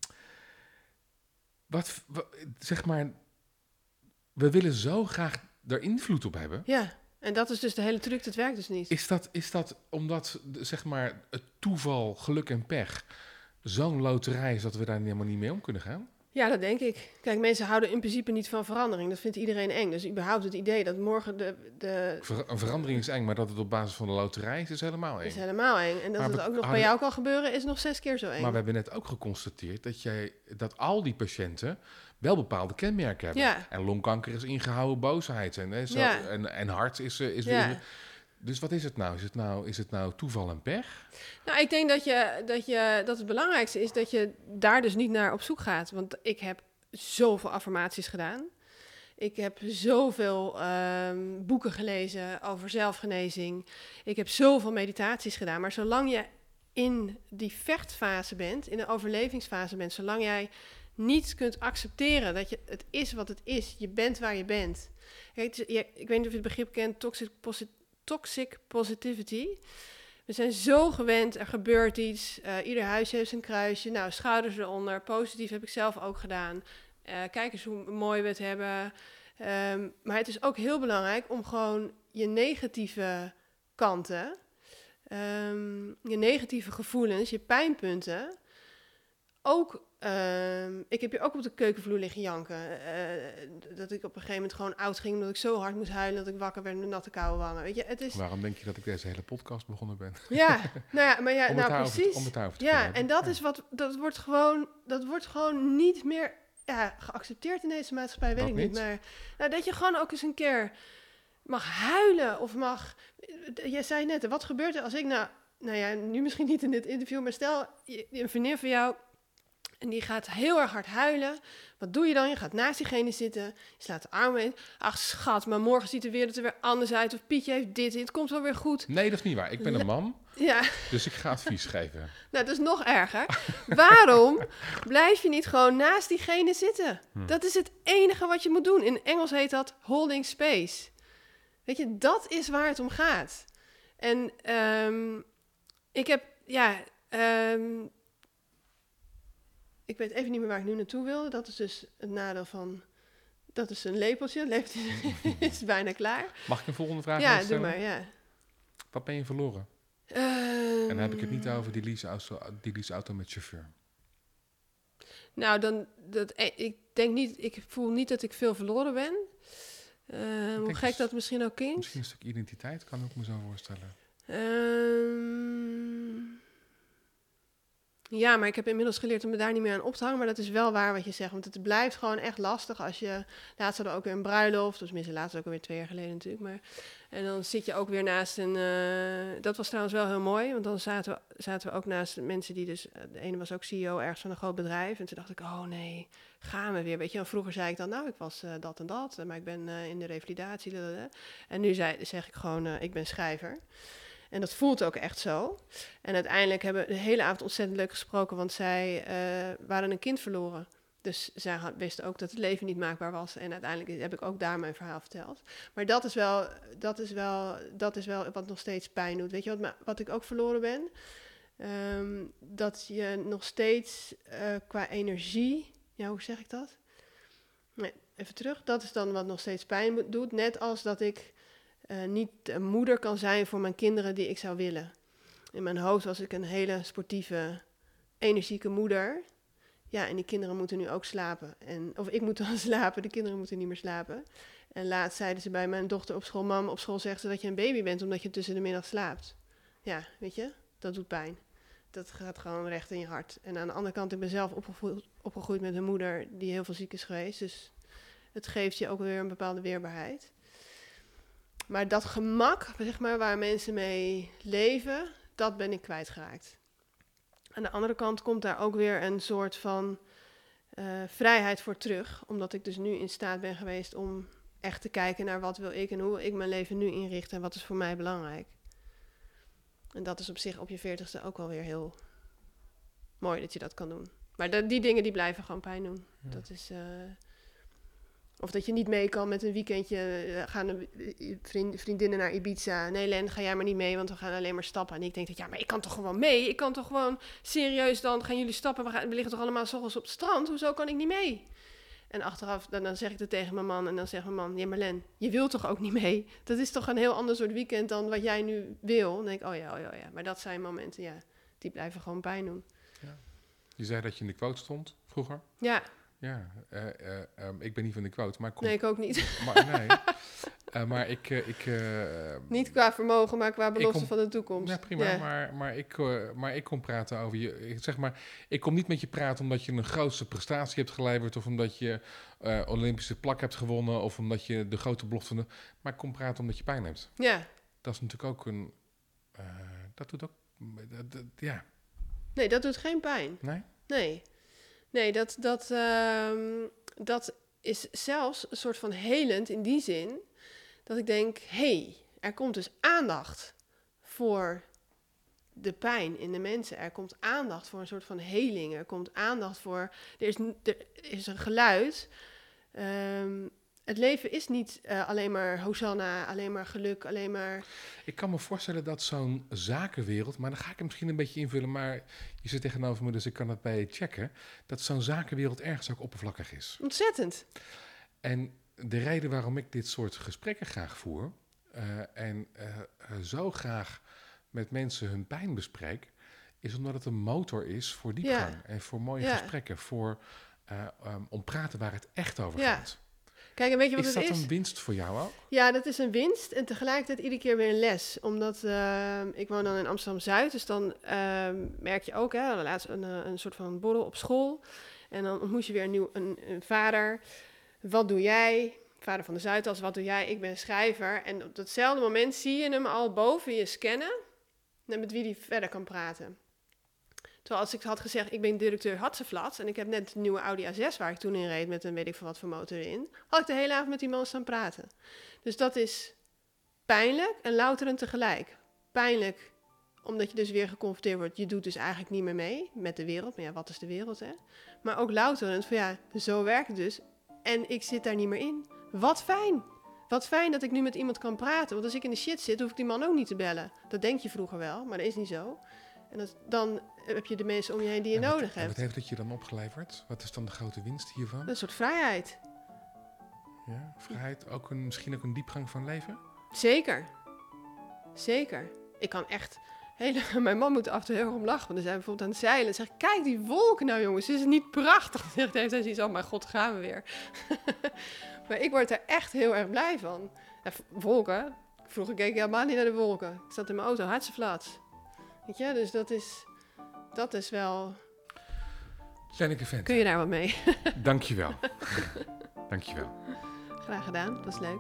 Wat, wat, zeg maar, we willen zo graag er invloed op hebben. Ja. En dat is dus de hele truc, dat werkt dus niet. Is dat, is dat omdat, zeg maar, het toeval, geluk en pech zo'n loterij is dat we daar helemaal niet mee om kunnen gaan? Ja, dat denk ik. Kijk, mensen houden in principe niet van verandering. Dat vindt iedereen eng. Dus überhaupt het idee dat morgen de... de... Ver, een verandering is eng, maar dat het op basis van de loterij is, is helemaal eng. Is helemaal eng. En dat maar het we, ook nog bij jou kan gebeuren, is nog zes keer zo eng. Maar we hebben net ook geconstateerd dat, jij, dat al die patiënten wel bepaalde kenmerken hebben. Ja. En longkanker is ingehouden boosheid. En, hè, zo, ja. en, en hart is... is ja. weer, dus wat is het nou? Is het nou, is het nou toeval en pech? Nou, ik denk dat, je, dat, je, dat het belangrijkste is dat je daar dus niet naar op zoek gaat. Want ik heb zoveel affirmaties gedaan. Ik heb zoveel um, boeken gelezen over zelfgenezing. Ik heb zoveel meditaties gedaan. Maar zolang je in die vechtfase bent, in de overlevingsfase bent, zolang jij niet kunt accepteren dat je, het is wat het is, je bent waar je bent. Kijk, je, ik weet niet of je het begrip kent, toxic, posi- toxic positivity. We zijn zo gewend, er gebeurt iets, uh, ieder huisje heeft zijn kruisje, nou, schouders eronder, positief heb ik zelf ook gedaan. Uh, kijk eens hoe mooi we het hebben. Um, maar het is ook heel belangrijk om gewoon je negatieve kanten, um, je negatieve gevoelens, je pijnpunten, ook... Um, ik heb hier ook op de keukenvloer liggen janken. Uh, dat ik op een gegeven moment gewoon oud ging, omdat ik zo hard moest huilen dat ik wakker werd met natte koude wangen. Weet je, het is... Waarom denk je dat ik deze hele podcast begonnen ben? Ja, nou ja, maar ja, om nou het precies. Te, om het over te ja, kunnen. en dat ja. is wat, dat wordt gewoon, dat wordt gewoon niet meer ja, geaccepteerd in deze maatschappij, weet dat ik niet. niet. Maar nou, dat je gewoon ook eens een keer mag huilen of mag. Jij zei net, wat gebeurt er als ik nou, nou ja, nu misschien niet in dit interview, maar stel een vriendin van jou. En die gaat heel erg hard huilen. Wat doe je dan? Je gaat naast diegene zitten. Je slaat de armen in. Ach schat, maar morgen ziet de wereld er weer anders uit. Of Pietje heeft dit. Het komt wel weer goed. Nee, dat is niet waar. Ik ben een man. Ja. Dus ik ga advies geven. Nou, dat is nog erger. Waarom blijf je niet gewoon naast diegene zitten? Hm. Dat is het enige wat je moet doen. In Engels heet dat holding space. Weet je, dat is waar het om gaat. En um, ik heb, ja... Um, Ik weet even niet meer waar ik nu naartoe wilde. Dat is dus het nadeel van... Dat is een lepeltje. Het lepeltje is bijna klaar. Mag ik een volgende vraag ja, stellen? Ja, doe maar, ja. Wat ben je verloren? Um, en dan heb ik het niet over die leaseauto, die leaseauto met chauffeur. Nou, dan... Dat, ik denk niet... Ik voel niet dat ik veel verloren ben. Uh, hoe gek dat misschien ook klinkt. Misschien een stuk identiteit, kan ik me zo voorstellen. Um, Ja, maar ik heb inmiddels geleerd om me daar niet meer aan op te hangen. Maar dat is wel waar wat je zegt. Want het blijft gewoon echt lastig als je... Laatst hadden we ook weer een bruiloft. Dus tenminste, laatst ook alweer twee jaar geleden natuurlijk. Maar, en dan zit je ook weer naast een... Uh, dat was trouwens wel heel mooi. Want dan zaten we, zaten we ook naast mensen die dus... De ene was ook C E O ergens van een groot bedrijf. En toen dacht ik, oh nee, gaan we weer. Weet je, en vroeger zei ik dan, nou, ik was uh, dat en dat. Maar ik ben uh, in de revalidatie. Blablabla. En nu zei, zeg ik gewoon, uh, ik ben schrijver. En dat voelt ook echt zo. En uiteindelijk hebben we de hele avond ontzettend leuk gesproken, want zij uh, waren een kind verloren. Dus zij wisten ook dat het leven niet maakbaar was. En uiteindelijk heb ik ook daar mijn verhaal verteld. Maar dat is wel, dat is wel, dat is wel wat nog steeds pijn doet. Weet je wat, wat ik ook verloren ben? Um, dat je nog steeds uh, qua energie... Ja, hoe zeg ik dat? Nee, even terug. Dat is dan wat nog steeds pijn doet. Net als dat ik uh, niet een moeder kan zijn voor mijn kinderen die ik zou willen. In mijn hoofd was ik een hele sportieve, energieke moeder. Ja, en die kinderen moeten nu ook slapen. En, of ik moet dan slapen, de kinderen moeten niet meer slapen. En laatst zeiden ze bij mijn dochter op school... Mam, op school zegt ze dat je een baby bent omdat je tussen de middag slaapt. Ja, weet je, dat doet pijn. Dat gaat gewoon recht in je hart. En aan de andere kant, ik ben zelf opgegroeid, opgegroeid met een moeder die heel veel ziek is geweest. Dus het geeft je ook weer een bepaalde weerbaarheid. Maar dat gemak, zeg maar, waar mensen mee leven, dat ben ik kwijtgeraakt. Aan de andere kant komt daar ook weer een soort van uh, vrijheid voor terug. Omdat ik dus nu in staat ben geweest om echt te kijken naar wat wil ik en hoe wil ik mijn leven nu inrichten en wat is voor mij belangrijk. En dat is op zich op je veertigste ook wel weer heel mooi dat je dat kan doen. Maar de, die dingen die blijven gewoon pijn doen. Ja. Dat is... Uh, of dat je niet mee kan met een weekendje. Uh, gaan de vriend, vriendinnen naar Ibiza. Nee, Len, ga jij maar niet mee, want we gaan alleen maar stappen. En ik denk dat, ja, maar ik kan toch gewoon mee? Ik kan toch gewoon serieus dan, gaan jullie stappen? We, gaan, we liggen toch allemaal 's ochtends op het strand? Hoezo kan ik niet mee? En achteraf, dan, dan zeg ik dat tegen mijn man. En dan zegt mijn man, ja, maar Len, je wilt toch ook niet mee? Dat is toch een heel ander soort weekend dan wat jij nu wil? Dan denk ik, oh ja, oh ja, oh ja. Maar dat zijn momenten, ja, die blijven gewoon pijn doen. Ja. Je zei dat je in de quote stond vroeger. Ja. Ja, uh, uh, um, ik ben niet van de quote. Maar kom, nee, ik ook niet. Maar, nee. uh, maar ik... Uh, ik uh, niet qua vermogen, maar qua belofte kom, van de toekomst. Ja, prima. Ja. Maar, maar, ik, uh, maar ik kom praten over je... Ik, zeg maar, ik kom niet met je praten omdat je een grootste prestatie hebt geleverd... of omdat je uh, Olympische plak hebt gewonnen... of omdat je de grote belofte van de... Maar ik kom praten omdat je pijn hebt. Ja. Dat is natuurlijk ook een... Uh, dat doet ook... Dat, dat, ja. Nee, dat doet geen pijn. Nee? Nee. Nee, dat, dat, uh, dat is zelfs een soort van helend in die zin... dat ik denk, hé, hey, er komt dus aandacht voor de pijn in de mensen. Er komt aandacht voor een soort van heling. Er komt aandacht voor... Er is, er is een geluid. Um, het leven is niet uh, alleen maar hosanna, alleen maar geluk, alleen maar... Ik kan me voorstellen dat zo'n zakenwereld... maar dan ga ik hem misschien een beetje invullen... maar je zit tegenover me, dus ik kan het bij je checken... dat zo'n zakenwereld ergens ook oppervlakkig is. Ontzettend. En de reden waarom ik dit soort gesprekken graag voer... Uh, en uh, zo graag met mensen hun pijn bespreek... is omdat het een motor is voor diepgang... Ja. en voor mooie ja. gesprekken... voor uh, um, om praten waar het echt over ja. gaat. Kijk, en weet je wat is het dat is? een winst voor jou ook? Ja, dat is een winst en tegelijkertijd iedere keer weer een les. Omdat uh, ik woon dan in Amsterdam-Zuid, dus dan uh, merk je ook, hè, laatst een, een soort van borrel op school. En dan ontmoet je weer een, nieuw, een, een vader. Wat doe jij? Vader van de Zuidas, wat doe jij? Ik ben schrijver. En op datzelfde moment zie je hem al boven je scannen, met wie hij verder kan praten. Terwijl als ik had gezegd, ik ben directeur Hatseflats... en ik heb net een nieuwe Audi A zes waar ik toen in reed... met een weet ik veel wat voor motor in... had ik de hele avond met die man staan praten. Dus dat is pijnlijk en louterend tegelijk. Pijnlijk, omdat je dus weer geconfronteerd wordt... je doet dus eigenlijk niet meer mee met de wereld. Maar ja, wat is de wereld, hè? Maar ook louterend van ja, zo werkt het dus. En ik zit daar niet meer in. Wat fijn. Wat fijn dat ik nu met iemand kan praten. Want als ik in de shit zit, hoef ik die man ook niet te bellen. Dat denk je vroeger wel, maar dat is niet zo. En dat, dan heb je de mensen om je heen die je en wat, nodig hebt. Wat heeft het je dan opgeleverd? Wat is dan de grote winst hiervan? Een soort vrijheid. Ja, vrijheid. Ook een, misschien ook een diepgang van leven? Zeker. Zeker. Ik kan echt... Hele, mijn man moet er af en toe heel erg om lachen. Want dan zijn we bijvoorbeeld aan het zeilen. En zegt, kijk die wolken nou jongens. Is het niet prachtig? Zegt hij, heeft hij zoiets, oh mijn god, gaan we weer. Maar ik word er echt heel erg blij van. Ja, wolken? Vroeger keek ik helemaal niet naar de wolken. Ik zat in mijn auto, Hatseflats. Weet je, dus dat is, dat is wel... Lenneke Venter. Kun je daar wat mee? Dankjewel. Dankjewel. Graag gedaan, dat is leuk.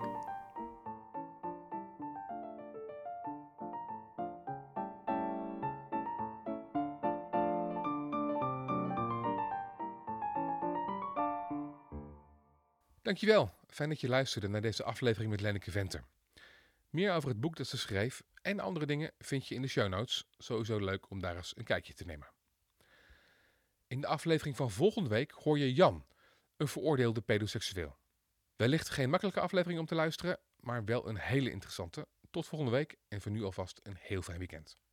Dankjewel. Fijn dat je luisterde naar deze aflevering met Lenneke Venter. Meer over het boek dat ze schreef en andere dingen vind je in de show notes. Sowieso leuk om daar eens een kijkje te nemen. In de aflevering van volgende week hoor je Jan, een veroordeelde pedoseksueel. Wellicht geen makkelijke aflevering om te luisteren, maar wel een hele interessante. Tot volgende week en voor nu alvast een heel fijn weekend.